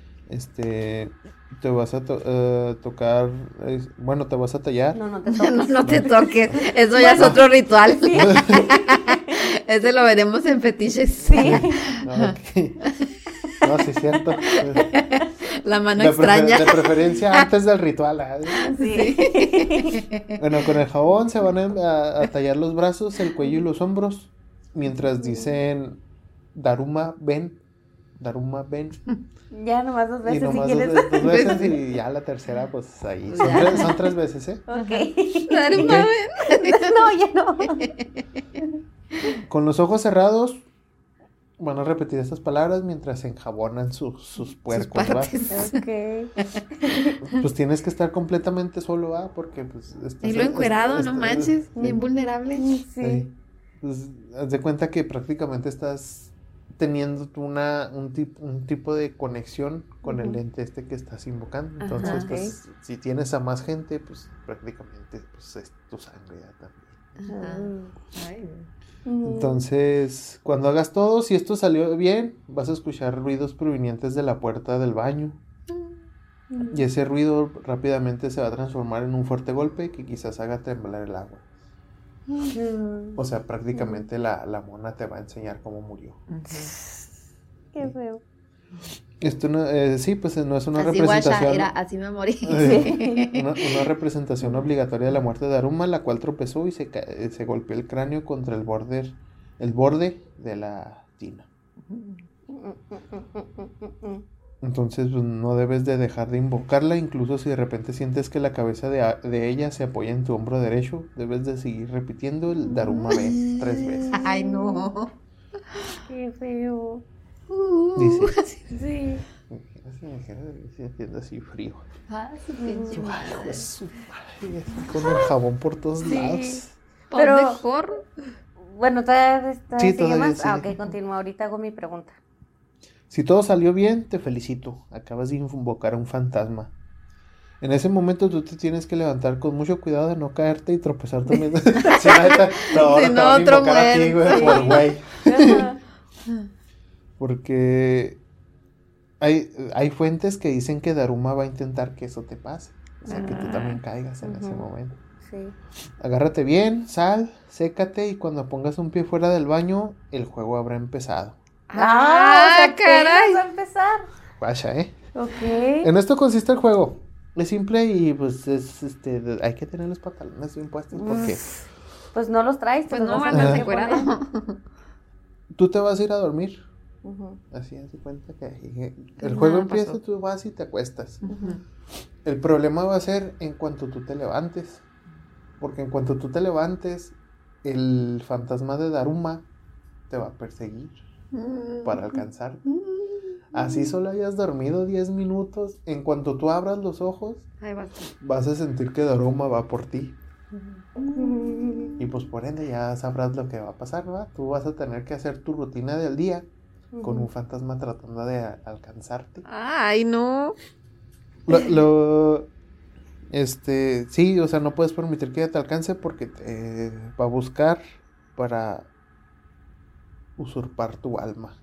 te vas a tocar, bueno, te vas a tallar. No te toques. No te toques. Eso ya es otro ritual. Ese lo veremos en fetiches. Sí. No, ok. No, sí es cierto. La mano De extraña. de preferencia antes del ritual. Sí. Bueno, con el jabón se van a tallar los brazos, el cuello y los hombros, mientras dicen Daruma ven. Daruma ven. Ya nomás 2 Y veces si nomás quieres. dos veces y ya la tercera, pues ahí. Son 3 veces, ¿eh? Ok. Dharma, No, ya no. Con los ojos cerrados, van a repetir estas palabras mientras se enjabonan sus puercos, ¿va? partes. Ok. Pues tienes que estar completamente solo, ¿va? Porque, pues... Y lo encuerado, no manches. sí. Bien vulnerable. Sí. Pues, haz de cuenta que prácticamente estás teniendo tú un tipo de conexión con el ente que estás invocando. Entonces, Ajá, pues, si tienes a más gente, pues, prácticamente, pues, es tu sangre ya también. Ajá. Ay, Entonces, cuando hagas todo, si esto salió bien, vas a escuchar ruidos provenientes de la puerta del baño. Y ese ruido rápidamente se va a transformar en un fuerte golpe que quizás haga temblar el agua. O sea, prácticamente la mona te va a enseñar cómo murió. Qué feo. Esto no, sí, pues no es una así representación. guacha, era así me morí. Una representación obligatoria de la muerte de Daruma, la cual tropezó y se golpeó el cráneo contra el borde de la tina. Entonces pues, no debes de dejar de invocarla, incluso si de repente sientes que la cabeza de ella se apoya en tu hombro derecho, debes de seguir repitiendo el Daruma B 3 veces. Ay, no. Qué feo. Dice. Sí. Siento así frío. Su pinche Ay, madre. hijo de su madre, así con el jabón por todos lados. Pero- Mejor. Bueno, todavía está, Sí, sigue todavía más. sigue. Ok, continúa. Ahorita hago mi pregunta. Si todo salió bien, te felicito. Acabas de invocar a un fantasma. En ese momento tú te tienes que levantar con mucho cuidado de no caerte y tropezar también. Si no, ahorita Si te no, van a otro invocar a ti, güey, muerto. por güey. Ajá. Porque hay fuentes que dicen que Daruma va a intentar que eso te pase. O sea, que tú también caigas en ese Ujú. momento. Sí. Agárrate bien, sal, sécate y cuando pongas un pie fuera del baño, el juego habrá empezado. O sea, apenas caray. va a empezar. Vaya, Ok. En esto consiste el juego. Es simple y pues hay que tener los pantalones bien puestos porque Pues no los traes, Pues te los no, vas a andas tener que encuerado. poner. tú te vas a ir a dormir. Ujú. Así, haz de cuenta que el Pues juego nada empieza, pasó. tú vas y te acuestas. Ujú. El problema va a ser en cuanto tú te levantes. Porque en cuanto tú te levantes, el fantasma de Daruma te va a perseguir para alcanzar. Así solo hayas dormido 10 minutos. En cuanto tú abras los ojos, Ahí va a estar. vas a sentir que Daruma va por ti. Ujú. Y pues por ende ya sabrás lo que va a pasar, ¿no? Tú vas a tener que hacer tu rutina del día con un fantasma tratando de alcanzarte. Ay, no. Sí, o sea, no puedes permitir que ella te alcance porque te va a buscar para usurpar tu alma.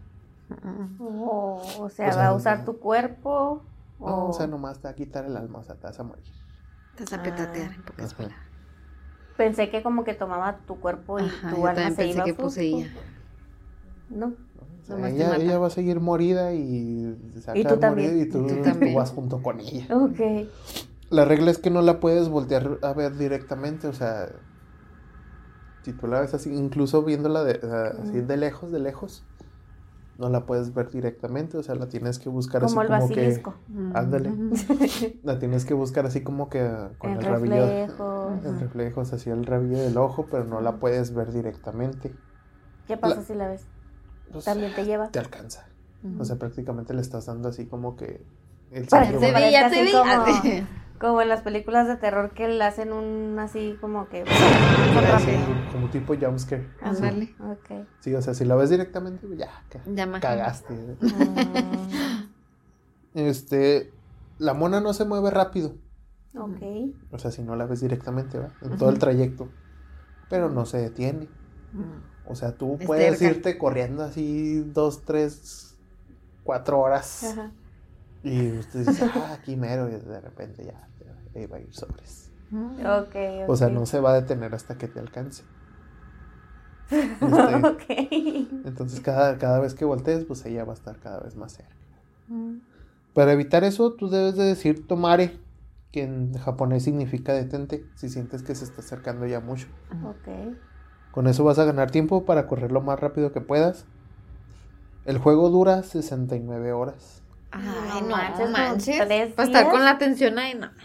O sea, O sea, va a usar no. tu cuerpo. No, o sea, nomás te va a quitar el alma, o sea, te vas a morir. Te vas a petatear en pocas Ajá. palabras. Pensé que como que tomaba tu cuerpo y Ajá, tu yo alma también se pensé iba. que poseía. No. O sea, Nomás te mata. ella va a seguir morida y se va a Y tú quedar morida también. y tú, Y tú tú también. vas junto con ella. Ok. La regla es que no la puedes voltear a ver directamente, o sea, si tú la ves así, incluso viéndola así de lejos, no la puedes ver directamente, o sea, la tienes que buscar Como así el como basilisco. ándale. Ujú. La tienes que buscar así como que con En el rabillo, reflejos. en reflejos, así el rabillo del ojo, pero no la puedes ver directamente. ¿Qué pasa La- si la ves? Pues, También te lleva. te alcanza. O sea, prácticamente le estás dando así como que el Para sitio que se bueno. vea. Ya te vi. Así Como en las películas de terror que le hacen un así como que. Así, como tipo jumpscare. Ándale. Ok. Sí, o sea, si la ves directamente, ya, Ya me cagaste. Mm, La mona no se mueve rápido. ok. O sea, si no la ves directamente, ¿va? En todo el trayecto. Pero no se detiene. O sea, tú Es puedes terca. irte corriendo así 2, 3, 4 horas. Ajá. Y usted dice, aquí mero. Y de repente ya, ahí va a ir sobres. Ok. O sea, ok. no se va a detener hasta que te alcance. Ok. Entonces, cada vez que voltees, pues ella va a estar cada vez más cerca. Para evitar eso, tú debes de decir tomare, que en japonés significa detente, si sientes que se está acercando ya mucho. Ok. Con eso vas a ganar tiempo para correr lo más rápido que puedas. El juego dura 69 horas. Ay, No no manches, manches. ¿como 3 Para estar días? con la atención ahí, no.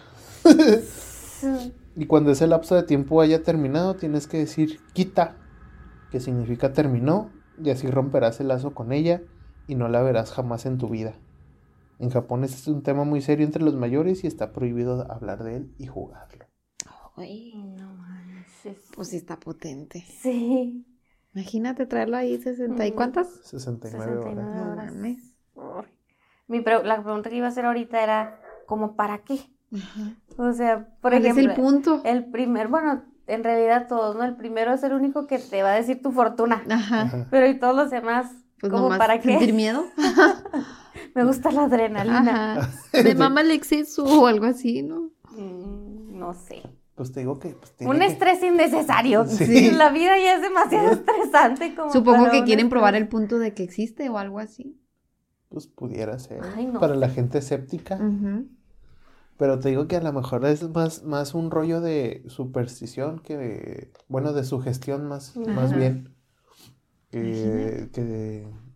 Y cuando ese lapso de tiempo haya terminado, tienes que decir kita, que significa terminó, y así romperás el lazo con ella y no la verás jamás en tu vida. En Japón este es un tema muy serio entre los mayores y está prohibido hablar de él y jugarlo. Ay, No manches. pues sí está potente. Sí. Imagínate traerlo ahí 60 y cuántas. 69 horas. 69 No horas. mames. Ay. La pregunta que iba a hacer ahorita era, ¿como para qué? Ajá. O sea, por ¿Cuál ejemplo, es el punto? el primer, bueno, en realidad todos, ¿no? El primero es el único que te va a decir tu fortuna. Ajá. Ajá. Pero y todos los demás, Pues ¿como nomás para qué? sentir miedo. Me gusta la adrenalina. Ajá. Me mama el exceso o algo así, ¿no? No sé. Pues te digo que... Pues, tiene Un que- estrés innecesario. Sí. La vida ya es demasiado estresante como Supongo para que un quieren probar el estrés. punto de que existe o algo así. Pues pudiera ser. Ay, no. Para la gente escéptica. Ujú. Pero te digo que a lo mejor es más un rollo de superstición que... Bueno, de sugestión más Ajá. bien. Que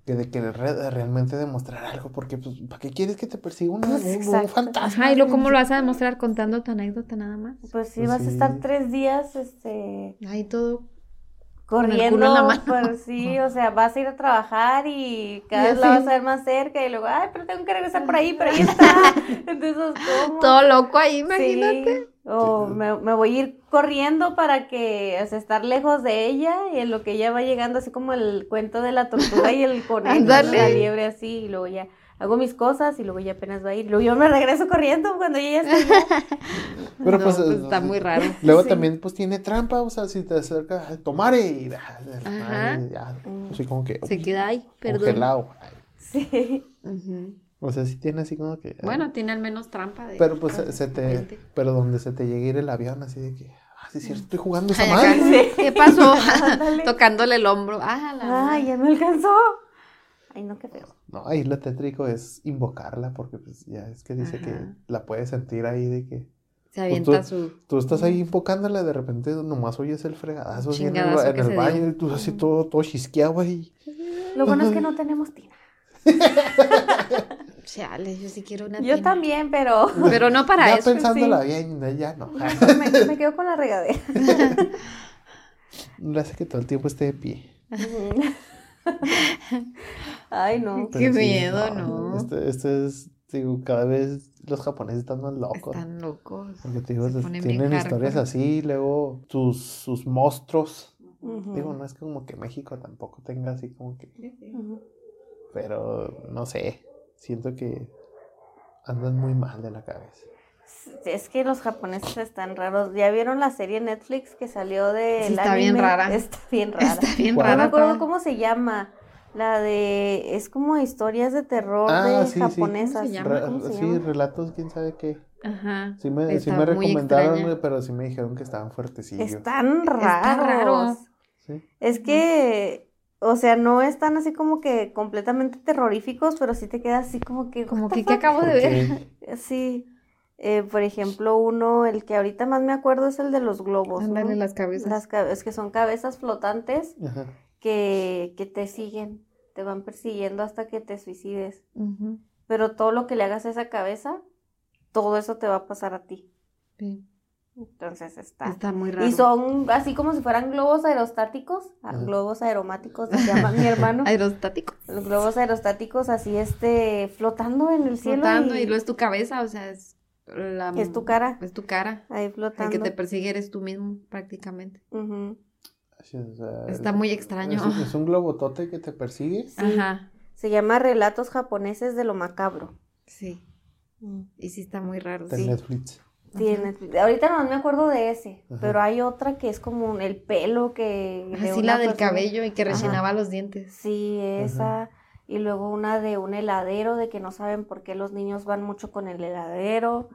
que de querer realmente demostrar algo, porque pues, ¿para qué quieres que te persiga un Exacto. fantasma? Ajá, ¿y luego cómo lo vas a demostrar? ¿Contando tu anécdota nada más? Pues sí, Pues vas sí. a estar 3 días, Ahí todo con el corriendo, culo en la mano. pues sí, o sea, vas a ir a trabajar y cada Y vez la así. vas a ver más cerca y luego, ay, pero tengo que regresar por ahí está. Entonces, ¿cómo? Todo loco ahí, imagínate. Sí, o me voy a ir corriendo para que, o sea, estar lejos de ella y en lo que ella va llegando, así como el cuento de la tortuga y el conejo, Ándale. la liebre así, y luego ya hago mis cosas y luego ya apenas va a ir, luego yo me regreso corriendo cuando ella ya está allá. Pero No, pues, está muy raro. Luego Sí. también pues tiene trampa, o sea, si te acercas, tomare y Ajá. ya, así como que Se queda ahí, perdón. congelado. Ay, Sí. Ujú. o sea, sí tiene así como que Bueno, tiene al menos trampa de... pero pues se te repente. pero donde se te llegue a ir el avión así de que sí es cierto, estoy jugando esa Ay, madre. acá, ¿qué pasó? Ándale. Tocándole el hombro. Ah, la Ay, ya me alcanzó. Ay, no, qué feo. No, ahí lo tétrico es invocarla porque pues ya es que dice que Ajá. la puedes sentir ahí de que se avienta pues su... tú estás ahí invocándola, de repente nomás oyes el fregadazo así en el, Chingadazo que en el se baño dio. y tú así todo chisqueado ahí. Lo bueno es que no tenemos tina. Chale, yo sí quiero una Yo tina. también, pero Pero no para Ya eso. pensándola sí. bien, ya no. me quedo con la regadera. Le hace que todo el tiempo esté de pie. Ay, no. Qué Pero sí, miedo, ¿no? Este es, digo, cada vez los japoneses están más locos. Están locos. Porque te digo, Se ponen bien tienen historias hardcore. así, luego sus monstruos. Ujú. Digo, no es como que México tampoco tenga así como que... Ujú. Pero, no sé, siento que andan muy mal de la cabeza. Es que los japoneses están raros. ¿Ya vieron la serie Netflix que salió de Sí, está bien rara. Está bien rara. Está bien ¿Cuál? No me rara acuerdo toda. cómo se llama. La de... Es como historias de terror Ah, de sí, sí. japonesas. ¿Cómo se llama? ¿Cómo se Sí, llama? relatos, quién sabe qué. Ajá. Sí me Está muy recomendaron, extraña. pero sí me dijeron que estaban fuertecillos. Están raros. Está raro. Sí. Es que, o sea, no están así como que completamente terroríficos, pero sí te quedas así como que... Como what the que, ¿qué fuck? acabo de ver? Porque Sí. Por ejemplo, el que ahorita más me acuerdo es el de los globos, ¿no? Ándale, las cabezas. Es que son cabezas flotantes ajá, que te siguen, te van persiguiendo hasta que te suicides. Ujú. Pero todo lo que le hagas a esa cabeza, todo eso te va a pasar a ti. Sí. Entonces está... Está muy raro. Y son así como si fueran globos aerostáticos, Ajá. globos aeromáticos, se llama mi hermano. Aerostático. Los globos aerostáticos así, flotando en el cielo. Flotando y luego es tu cabeza, o sea, es tu cara. Es tu cara. Ahí El flotando. que te persigue eres tú mismo, prácticamente. Ujú. sí, o sea, Está muy extraño. Es un globotote que te persigue. Sí. Ajá, Se llama Relatos japoneses de lo macabro. sí. Y sí está muy raro. De Sí. Netflix. Ahorita no me acuerdo de ese, Ajá. pero hay otra que es como el pelo que... de Así una la del persona. cabello y que Ajá. rechinaba los dientes. Sí, esa. Y luego una de un heladero, de que no saben por qué los niños van mucho con el heladero.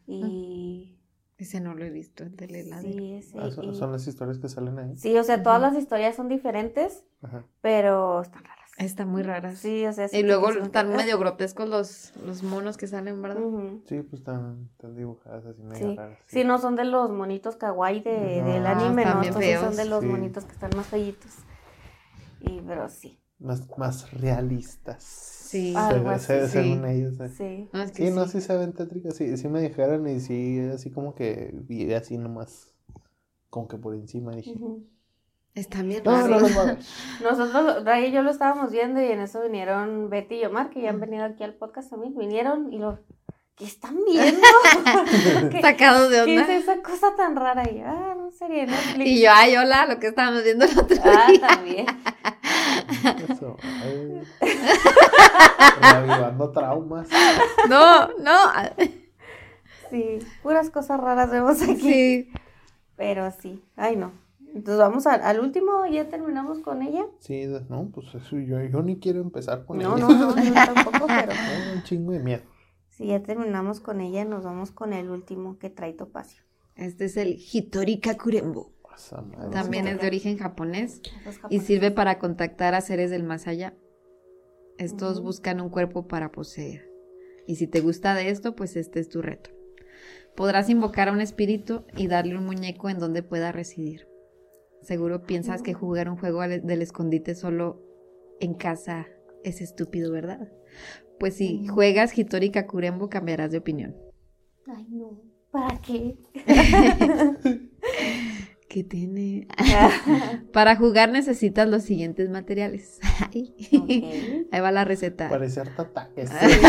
Y... Ese no lo he visto, el del heladero. Sí, ese. Ah, son las historias que salen ahí. Sí, o sea, todas Ujú. las historias son diferentes, Ajá. pero están raras. Está muy rara. Sí, o sea, sí Y te luego quedas como están que, medio grotescos los monos que salen, ¿verdad? Ujú. Sí, pues están dibujadas así medio Sí. raras. Sí, no son de los monitos kawaii del No, anime, están no, bien estos sí son feos. de los Sí. monitos que están más feitos. Pero sí. Más realistas. Sí. Algo así, según sí. ellos. Sí. No, es que Sí, no, sí se ven tétricas. Sí me dijeron y sí, así como que vi así nomás, como que por encima dije. Ujú. Están bien No, raros. no los voy a ver. Nosotros, Ray y yo lo estábamos viendo y en eso vinieron Betty y Omar, que ya han venido aquí al podcast también. Vinieron y ¿qué están viendo? ¿Qué, Sacados de qué es onda. esa cosa tan rara? Y yo, no sería Netflix. Y yo, ay, hola, lo que estábamos viendo el otro Ah, día. también. Eso, ay. Reavivando traumas. No. Sí, puras cosas raras vemos aquí. Sí. Pero sí, ay no. Entonces vamos al último, ya terminamos con ella. Sí, no, pues eso yo ni quiero empezar con No, ella. no, yo tampoco, pero Tengo un chingo de miedo. si ya terminamos con ella, nos vamos con el último que trae Topacio. Este es el Hitori Kakurembo. Esa madre. También es de origen japonés Esos y japoneses. sirve para contactar a seres del más allá. Estos Ujú. buscan un cuerpo para poseer. Y si te gusta de esto, pues este es tu reto. Podrás invocar a un espíritu y darle un muñeco en donde pueda residir. Seguro piensas que jugar un juego del escondite solo en casa Es estúpido, ¿verdad? Pues si juegas Hitori Kakurembo, cambiarás de opinión. Ay, no. ¿Para qué? ¿Qué tiene? Para jugar necesitas los siguientes materiales. Ok. Ahí va la receta. Parece harta ataques.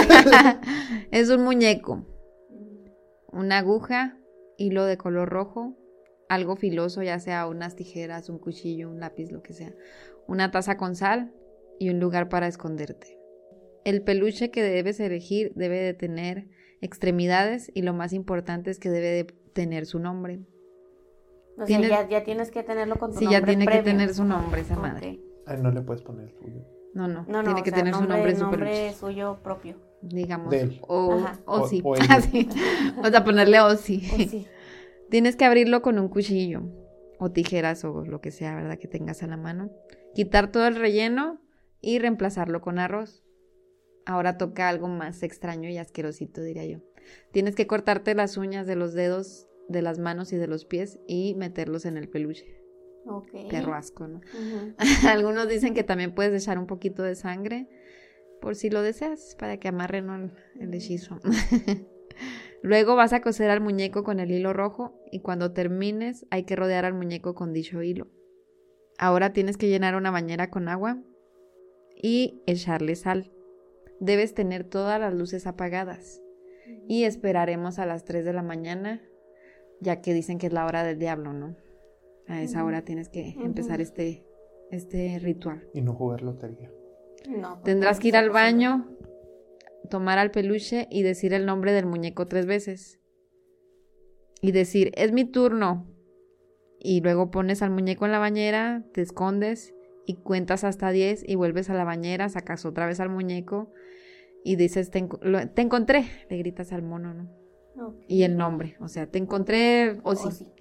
Es un muñeco, una aguja, hilo de color rojo, algo filoso, ya sea unas tijeras, un cuchillo, un lápiz, lo que sea, una taza con sal y un lugar para esconderte. El peluche que debes elegir debe de tener extremidades y lo más importante es que debe de tener su nombre. O sea, Tienes- ya tienes que tenerlo con tu Sí, nombre ya tiene que previo. tener su nombre esa Ok. madre. Ay, no le puedes poner el tuyo. No, No, tiene o que sea, tener su nombre en su nombre peluche. suyo propio. Digamos, De él. Ajá. o sí. O ella. Ah, sí. Vamos a ponerle o sí. O sí. Tienes que abrirlo con un cuchillo o tijeras o lo que sea, ¿verdad? Que tengas a la mano. Quitar todo el relleno y reemplazarlo con arroz. Ahora toca algo más extraño y asquerosito, diría yo. Tienes que cortarte las uñas de los dedos, de las manos y de los pies y meterlos en el peluche. Ok. Perro asco, ¿no? Ujú. Algunos dicen que también puedes echar un poquito de sangre por si lo deseas, para que amarre, ¿no?, el hechizo. Luego vas a coser al muñeco con el hilo rojo y cuando termines hay que rodear al muñeco con dicho hilo. Ahora tienes que llenar una bañera con agua y echarle sal. Debes tener todas las luces apagadas y esperaremos a las 3 de la mañana, ya que dicen que es la hora del diablo, ¿no? A esa hora tienes que empezar este ritual. Y no jugar lotería. No, pues, Tendrás no, que ir al pues, baño, tomar al peluche y decir el nombre del muñeco 3 veces. Y decir, es mi turno. Y luego pones al muñeco en la bañera, te escondes y cuentas hasta 10 y vuelves a la bañera, sacas otra vez al muñeco y dices, te encontré, le gritas al mono, ¿no? Ok. Y el nombre, o sea, te encontré, o sí. sí.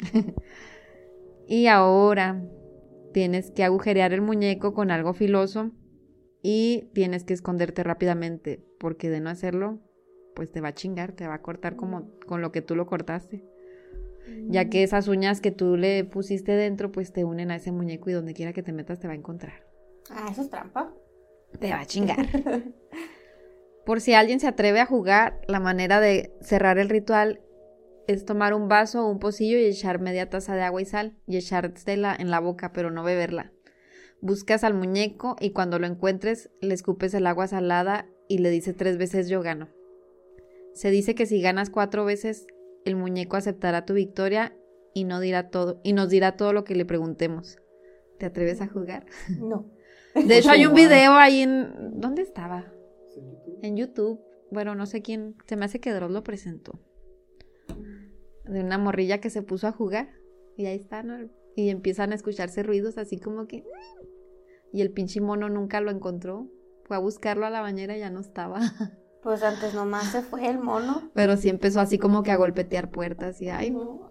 Y ahora tienes que agujerear el muñeco con algo filoso y tienes que esconderte rápidamente, porque de no hacerlo, pues te va a chingar, te va a cortar como con lo que tú lo cortaste. Ya que esas uñas que tú le pusiste dentro, pues te unen a ese muñeco y donde quiera que te metas te va a encontrar. Ah, eso es trampa. Te va a chingar. Por si alguien se atreve a jugar, la manera de cerrar el ritual es tomar un vaso o un pocillo y echar media taza de agua y sal y echártela en la boca, pero no beberla. Buscas al muñeco y cuando lo encuentres le escupes el agua salada y le dices 3 veces yo gano. Se dice que si ganas 4 veces el muñeco aceptará tu victoria y nos dirá todo lo que le preguntemos. ¿Te atreves a jugar? No. De hecho hay un video ahí en... ¿Dónde estaba? En YouTube. Bueno, no sé quién. Se me hace que Dross lo presentó. De una morrilla que se puso a jugar. Y ahí está, ¿no? Y empiezan a escucharse ruidos así como que... Y el pinche mono nunca lo encontró. Fue a buscarlo a la bañera y ya no estaba. Pues antes nomás se fue el mono. Pero sí empezó así como que a golpetear puertas y ay, no.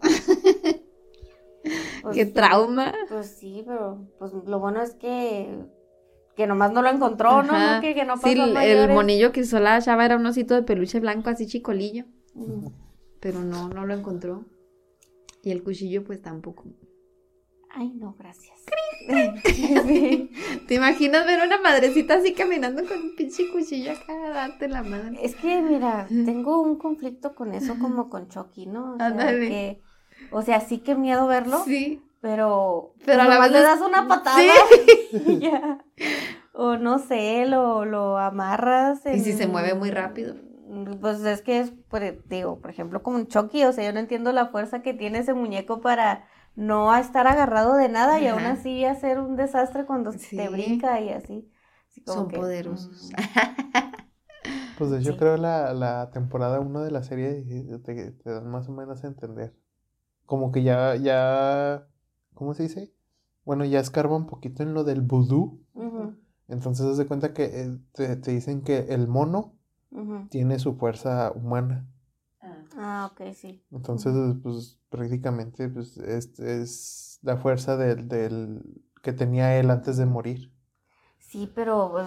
Pues ¡Qué sí, trauma! Pues sí, pero pues lo bueno es que nomás no lo encontró, ¿no? Ajá. ¿No? Que no pasó Sí, el mayores. monillo que usó la chava era un osito de peluche blanco así chicolillo. Ujú. Pero no lo encontró. Y el cuchillo pues tampoco. Ay, no, gracias. Sí. ¿Te imaginas ver una madrecita así caminando con un pinche cuchillo acá a darte la madre? Es que, mira, tengo un conflicto con eso como con Chucky, ¿no? O sea, Ándale. sí que miedo verlo, Sí. pero Pero a la nomás vez le es- das una patada y ya. O no sé, lo amarras. Y si se mueve muy rápido. Pues es que es, digo, por ejemplo, como un Chucky, o sea, yo no entiendo la fuerza que tiene ese muñeco para no estar agarrado de nada y aún Ajá. así hacer un desastre cuando Sí. te brinca y así. Así como Son que, poderosos. Pues de hecho Sí. creo la temporada 1 de la serie te dan más o menos a entender. Como que ya, ¿cómo se dice? Bueno, ya escarba un poquito en lo del vudú. Ujú, Entonces haz de cuenta que te dicen que el mono ujú. tiene su fuerza humana. Ah, ok, sí. Entonces, pues prácticamente pues, es la fuerza del que tenía él antes de morir. Sí, pero pues,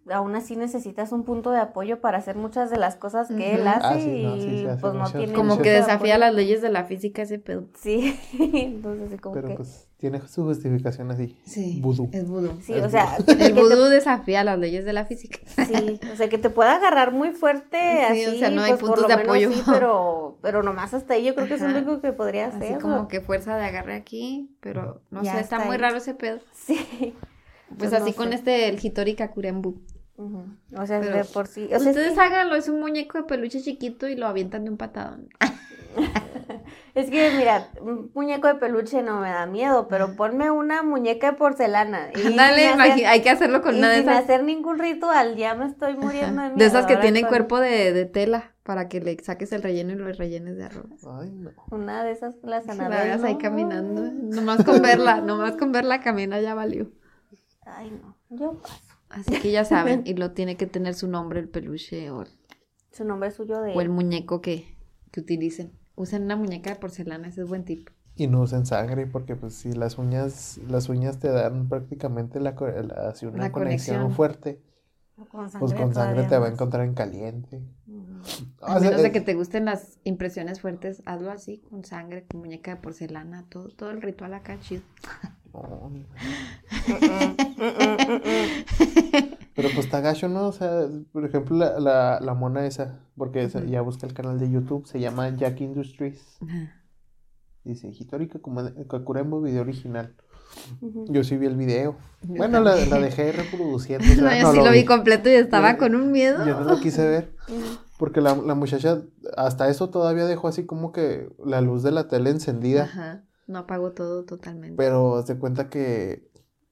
aún así necesitas un punto de apoyo para hacer muchas de las cosas que él Ujú. hace Sí, no, sí, y se hace pues no muchas tiene Como punto que de desafía apoyo. las leyes de la física ese pedo. Sí, entonces así como Pero que... pues tiene su justificación así. Sí, Vudú. es vudú. Sí, es o sea, vudú. El vudú desafía las leyes de la física. sí, o sea, que te pueda agarrar muy fuerte Sí, así, o sea, no hay pues por puntos lo de menos apoyo. sí, pero nomás hasta ahí yo creo que es lo Ajá. único que podría hacer. Así como que fuerza de agarre aquí, pero no Ya sé, está está muy ahí. raro ese pedo. Sí. Pues Pues así no con sé. el Hitori Kakurembu. Ujú. O sea, Pero de por sí. O sea, Ustedes háganlo, es un muñeco de peluche chiquito y lo avientan de un patadón. es que, mira, un muñeco de peluche no me da miedo, pero ponme una muñeca de porcelana. Y Ándale, sin hacer, hay que hacerlo con y una de sin esas. hacer ningún ritual, ya me estoy muriendo de miedo. De esas que ahora tienen con cuerpo de tela para que le saques el relleno y lo rellenes de arroz. Ay, no. Una de esas, las La Anabel, veas ahí ¿no? caminando. Nomás con verla camina ya valió. Ay, no, yo paso. Así que ya saben, y lo tiene que tener su nombre el peluche Su nombre es suyo de... o el muñeco que utilicen. Usen una muñeca de porcelana, ese es buen tip. Y no usen sangre porque pues si las uñas te dan prácticamente así una La conexión conexión. fuerte, Con pues con sangre todavía te va a más. encontrar en caliente. Ujú. A menos de que te gusten las impresiones fuertes, hazlo así, con sangre, con muñeca de porcelana, todo el ritual acá chido. No, ni- Mm. Pero pues está gacho, ¿no? O sea, por ejemplo, la mona esa, porque ya busca el canal de YouTube, se llama Jack Industries. Dice, Hitori Kakurembu video original. Ujú. Yo sí vi el video. Yo Bueno, la dejé reproduciendo. O sea, No, yo no sí lo vi vi. completo y estaba Yo- con un miedo. Yo no lo quise ver. Ujú. Porque la muchacha hasta eso todavía dejó así como que la luz de la tele encendida. Ajá, no apagó todo totalmente. Pero se cuenta que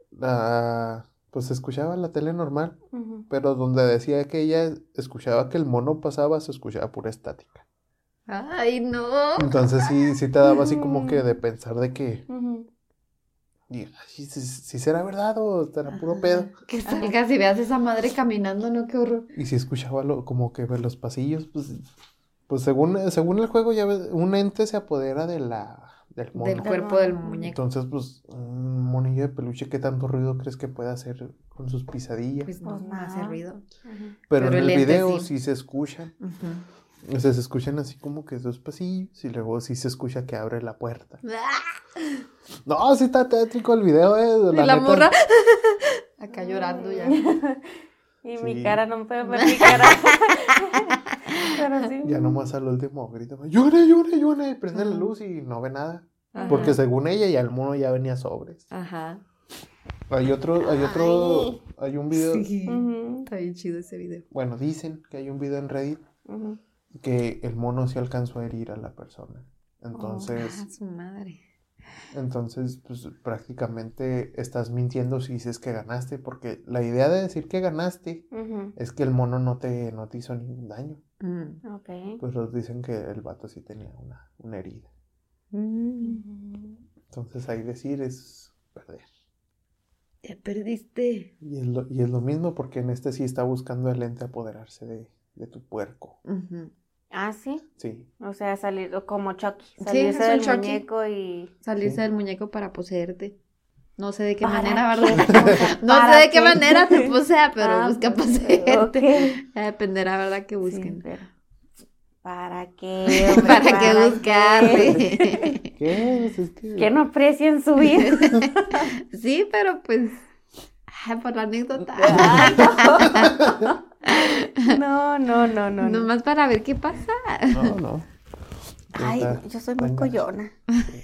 pues se escuchaba la tele normal. Ujú. Pero donde decía que ella escuchaba que el mono pasaba, se escuchaba pura estática. Ay, no. Entonces sí te daba así como que de pensar de que, Ujú. y, ay, si será verdad o estará puro Ajá, pedo. que salgas y veas esa madre caminando, no, qué horror. Y si escuchaba como que ver los pasillos, pues según el juego ya ves, un ente se apodera del mono. Del cuerpo del muñeco. Entonces, pues, un monillo de peluche, ¿qué tanto ruido crees que puede hacer con sus pisadillas? Pues no, Pues no hace nada. ruido. Ujú. Pero pero en el el ente video sí. sí se escuchan. Ujú. O sea, se escuchan así como que dos pasillos y luego sí se escucha que abre la puerta. No, sí está tétrico el video, Y la neta. morra acá llorando ya. Y Sí. mi cara no puede ver mi cara. Pero sí. Ya nomás al último grita, llore, llore, llore, y prende la Ajá. luz y no ve nada. Ajá. Porque según ella ya el mono ya venía sobres. Ajá. Hay un video, Sí. Ujú. Está bien chido ese video. bueno, dicen que hay un video en Reddit Ujú. que el mono sí alcanzó a herir a la persona. Ah, Entonces, su madre. pues prácticamente estás mintiendo si dices que ganaste, porque la idea de decir que ganaste Ujú. es que el mono no te hizo ningún daño. Ok. Pues los dicen que el vato sí tenía una herida. Ujú. Entonces ahí decir es perder. Ya perdiste. Y es lo mismo porque en este sí está buscando el ente apoderarse de tu puerco. Ujú. Ah, sí. Sí. O sea, salir como Chucky. Sí, Salirse es un del Chucky. muñeco y. Salirse Sí. del muñeco para poseerte. No sé de qué ¿Para manera, qué? ¿verdad? O sea, No sé ¿para de qué qué? manera te posea, pero Ah, busca pues, poseerte. ok. Ya dependerá, ¿verdad? Que busquen. Sí, pero... ¿Para qué? hombre? ¿Para qué qué? buscarle? ¿Qué? Pues es que... Que no aprecien su vida. Sí, pero pues. Por la anécdota. Ay, no. No. Nomás para ver qué pasa. No. Ay, yo soy muy Venga. collona.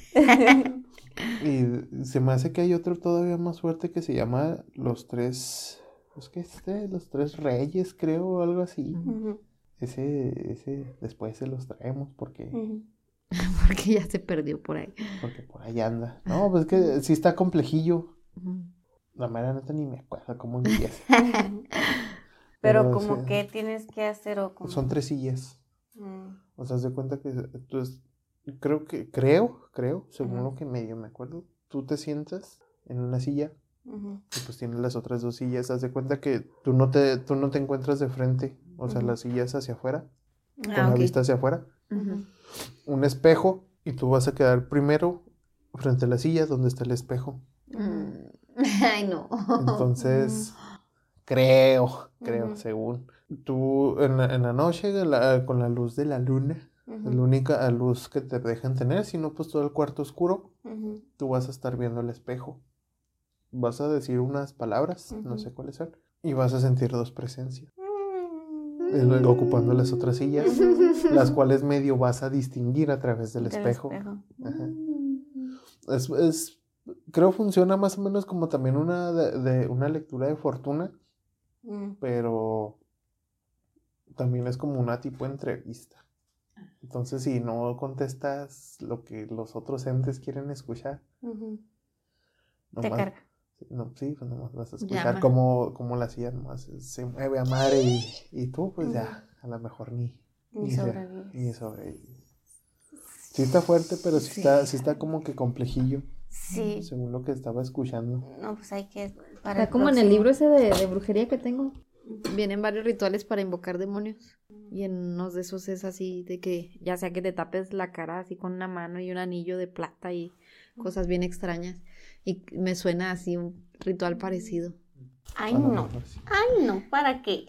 Y se me hace que hay otro todavía más fuerte que se llama Los Tres Reyes, creo, o algo así. Ujú, Ese después se los traemos porque ujú. Porque ya se perdió por ahí. por ahí anda. No, pues es que sí está complejillo. Ujú. La mera neta ni me acuerdo cómo empieza. Pero Pero como sí. que tienes que hacer o como... Son 3 sillas. Mm, O sea, haz de cuenta que entonces, creo, según Ujú. lo que medio me acuerdo, tú te sientas en una silla ujú, y pues tienes las otras dos sillas. Haz de cuenta que tú no te encuentras de frente, o sea, Ujú. la silla es hacia afuera, con Ah, la ok. vista hacia afuera, Ujú. un espejo y tú vas a quedar primero frente a la silla donde está el espejo. Mm. Ay, no. Entonces, Creo, Ujú. según. Tú en la noche con la luz de la luna, Ujú. es la única luz que te dejan tener, si no pues todo el cuarto oscuro, Ujú. tú vas a estar viendo el espejo. Vas a decir unas palabras, no Ujú. sé cuáles son, y vas a sentir dos presencias, Mm. ocupando las otras sillas, Ujú. las cuales medio vas a distinguir a través del espejo. Ajá. Creo funciona más o menos como también una lectura de fortuna, Mm. pero también es como una tipo entrevista. Entonces, si no contestas lo que los otros entes quieren escuchar, Ujú. Te nomás, carga. no, sí, pues nomás vas a escuchar Llama. cómo la silla nomás se mueve a madre y tú, pues ya, a lo mejor Ni ni sobrevives. sobrevives. Sí está fuerte, pero sí está como que complejillo, Sí. según lo que estaba escuchando. No, pues hay que para Está como en el libro ese de brujería que tengo. Vienen varios rituales para invocar demonios. Y en unos de esos es así de que ya sea que te tapes la cara así con una mano y un anillo de plata y cosas bien extrañas. Y me suena así un ritual parecido. Ay, A lo no. mejor sí. Ay, no, ¿para qué?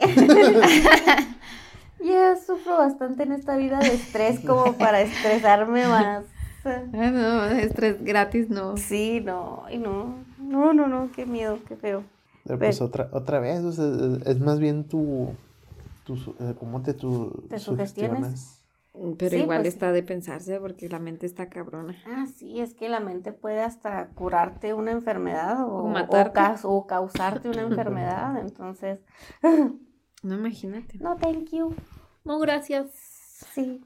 Ya sufro bastante en esta vida de estrés como para estresarme más. Ah, no, estrés gratis no. Sí, no, ay, no. No, qué miedo, qué feo. Pero Pero- pues otra vez, o sea, es más bien cómo te ¿Te sugestionas? sugestionas. Pero Sí, igual pues, está de pensarse porque la mente está cabrona. Ah, sí, es que la mente puede hasta curarte una enfermedad O matarte. o causarte una enfermedad, entonces, No, imagínate. no, thank you, No, gracias. sí.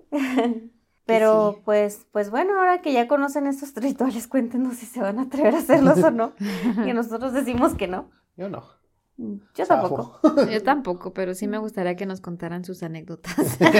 Pero sí. pues bueno, ahora que ya conocen estos rituales, cuéntenos si se van a atrever a hacerlos o no. Que nosotros decimos que no. Yo no. Yo tampoco. Zafo. Yo tampoco, pero sí me gustaría que nos contaran sus anécdotas.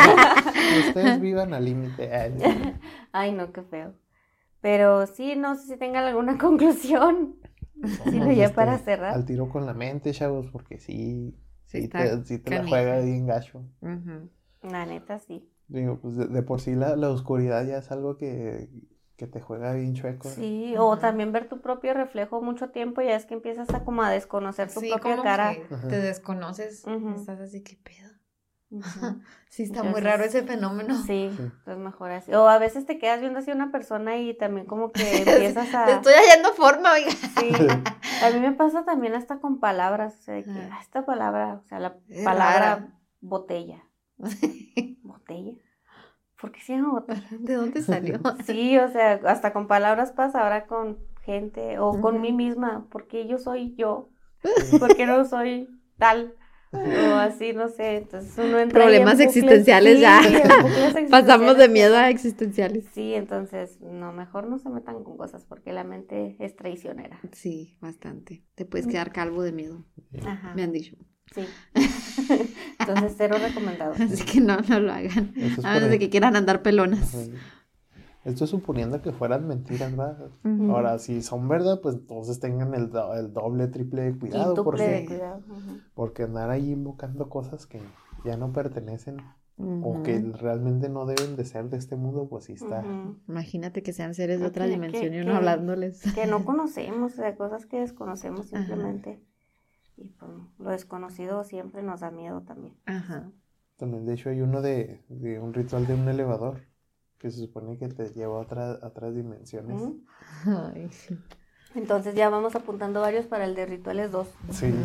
Ustedes vivan al límite. Ay, Ay, no, qué feo. Pero sí, no sé si tengan alguna conclusión. Sí, vamos, ya para cerrar. Al tiro con la mente, chavos, porque sí está te la canija. juega bien gacho. Ujú. La neta, sí. Digo, pues de por sí la oscuridad ya es algo que te juega bien chueco. Sí, o también ver tu propio reflejo mucho tiempo, ya es que empiezas a como a desconocer tu Sí, propia como cara. que Ajá. te desconoces. Ujú. Estás así, ¿qué pedo? Ujú. Sí, está Entonces, muy raro ese fenómeno. Sí, Sí. es mejor así. O a veces te quedas viendo así a una persona y también como que empiezas a... Le estoy hallando forma, oiga. Sí, a mí me pasa también hasta con palabras, o sea, de que Ajá. Esta palabra, o sea, la Es palabra rara. botella. ¿Botella? ¿Por qué se llama botella? ¿De dónde salió? Sí, o sea, hasta con palabras pasa, ahora con gente o con mí Ujú. misma, porque yo soy yo, porque no soy tal, o así, no sé, entonces uno entra ahí Problemas en bucles, existenciales sí, ya. en bucles Pasamos de existenciales miedo que a no. existenciales. Sí, entonces, no, mejor no se metan con cosas, porque la mente es traicionera. Sí, bastante. Te puedes quedar calvo de miedo, Ajá, me han dicho. sí. Entonces, cero recomendado. Así que no lo hagan. Eso es A menos de que quieran andar pelonas. Ajá. Esto es suponiendo que fueran mentiras, ¿verdad? Ujú. Ahora, si son verdad, pues entonces tengan el doble, triple de cuidado. Quíntuple de Sí. cuidado. Ujú. Porque andar ahí invocando cosas que ya no pertenecen o que Ujú. realmente no deben de ser de este mundo, pues sí está. Ujú. Imagínate que sean seres de No, otra que- dimensión que- y uno que- hablándoles. Que no conocemos, o sea, cosas que desconocemos Ajá. simplemente. Y pues, lo desconocido siempre nos da miedo también. Ajá. También, de hecho, hay uno de un ritual de un elevador que se supone que te lleva a otras dimensiones. Ujú. Ay. Entonces ya vamos apuntando varios para el de Rituales 2. Sí.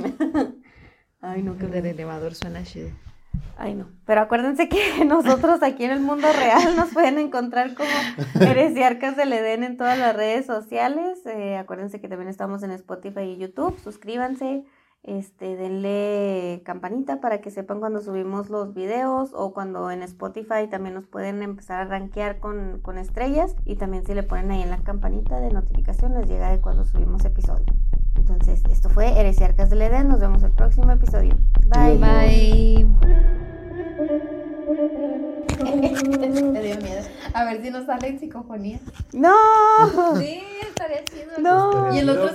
Ay, no, qué El del elevador suena chido. Ay, no. Pero acuérdense que nosotros aquí en el mundo real nos pueden encontrar como Heresiarcas del Edén en todas las redes sociales. Acuérdense que también estamos en Spotify y YouTube. Suscríbanse, denle campanita para que sepan cuando subimos los videos o cuando en Spotify también nos pueden empezar a rankear con estrellas. Y también si le ponen ahí en la campanita de notificación les llega de cuando subimos episodio. Entonces, esto fue Heresiarcas del Edén. Nos vemos el próximo episodio. Bye. Bye. Me dio miedo. A ver si nos sale en psicofonía. ¡No! Sí, estaría chido. No. Y el otro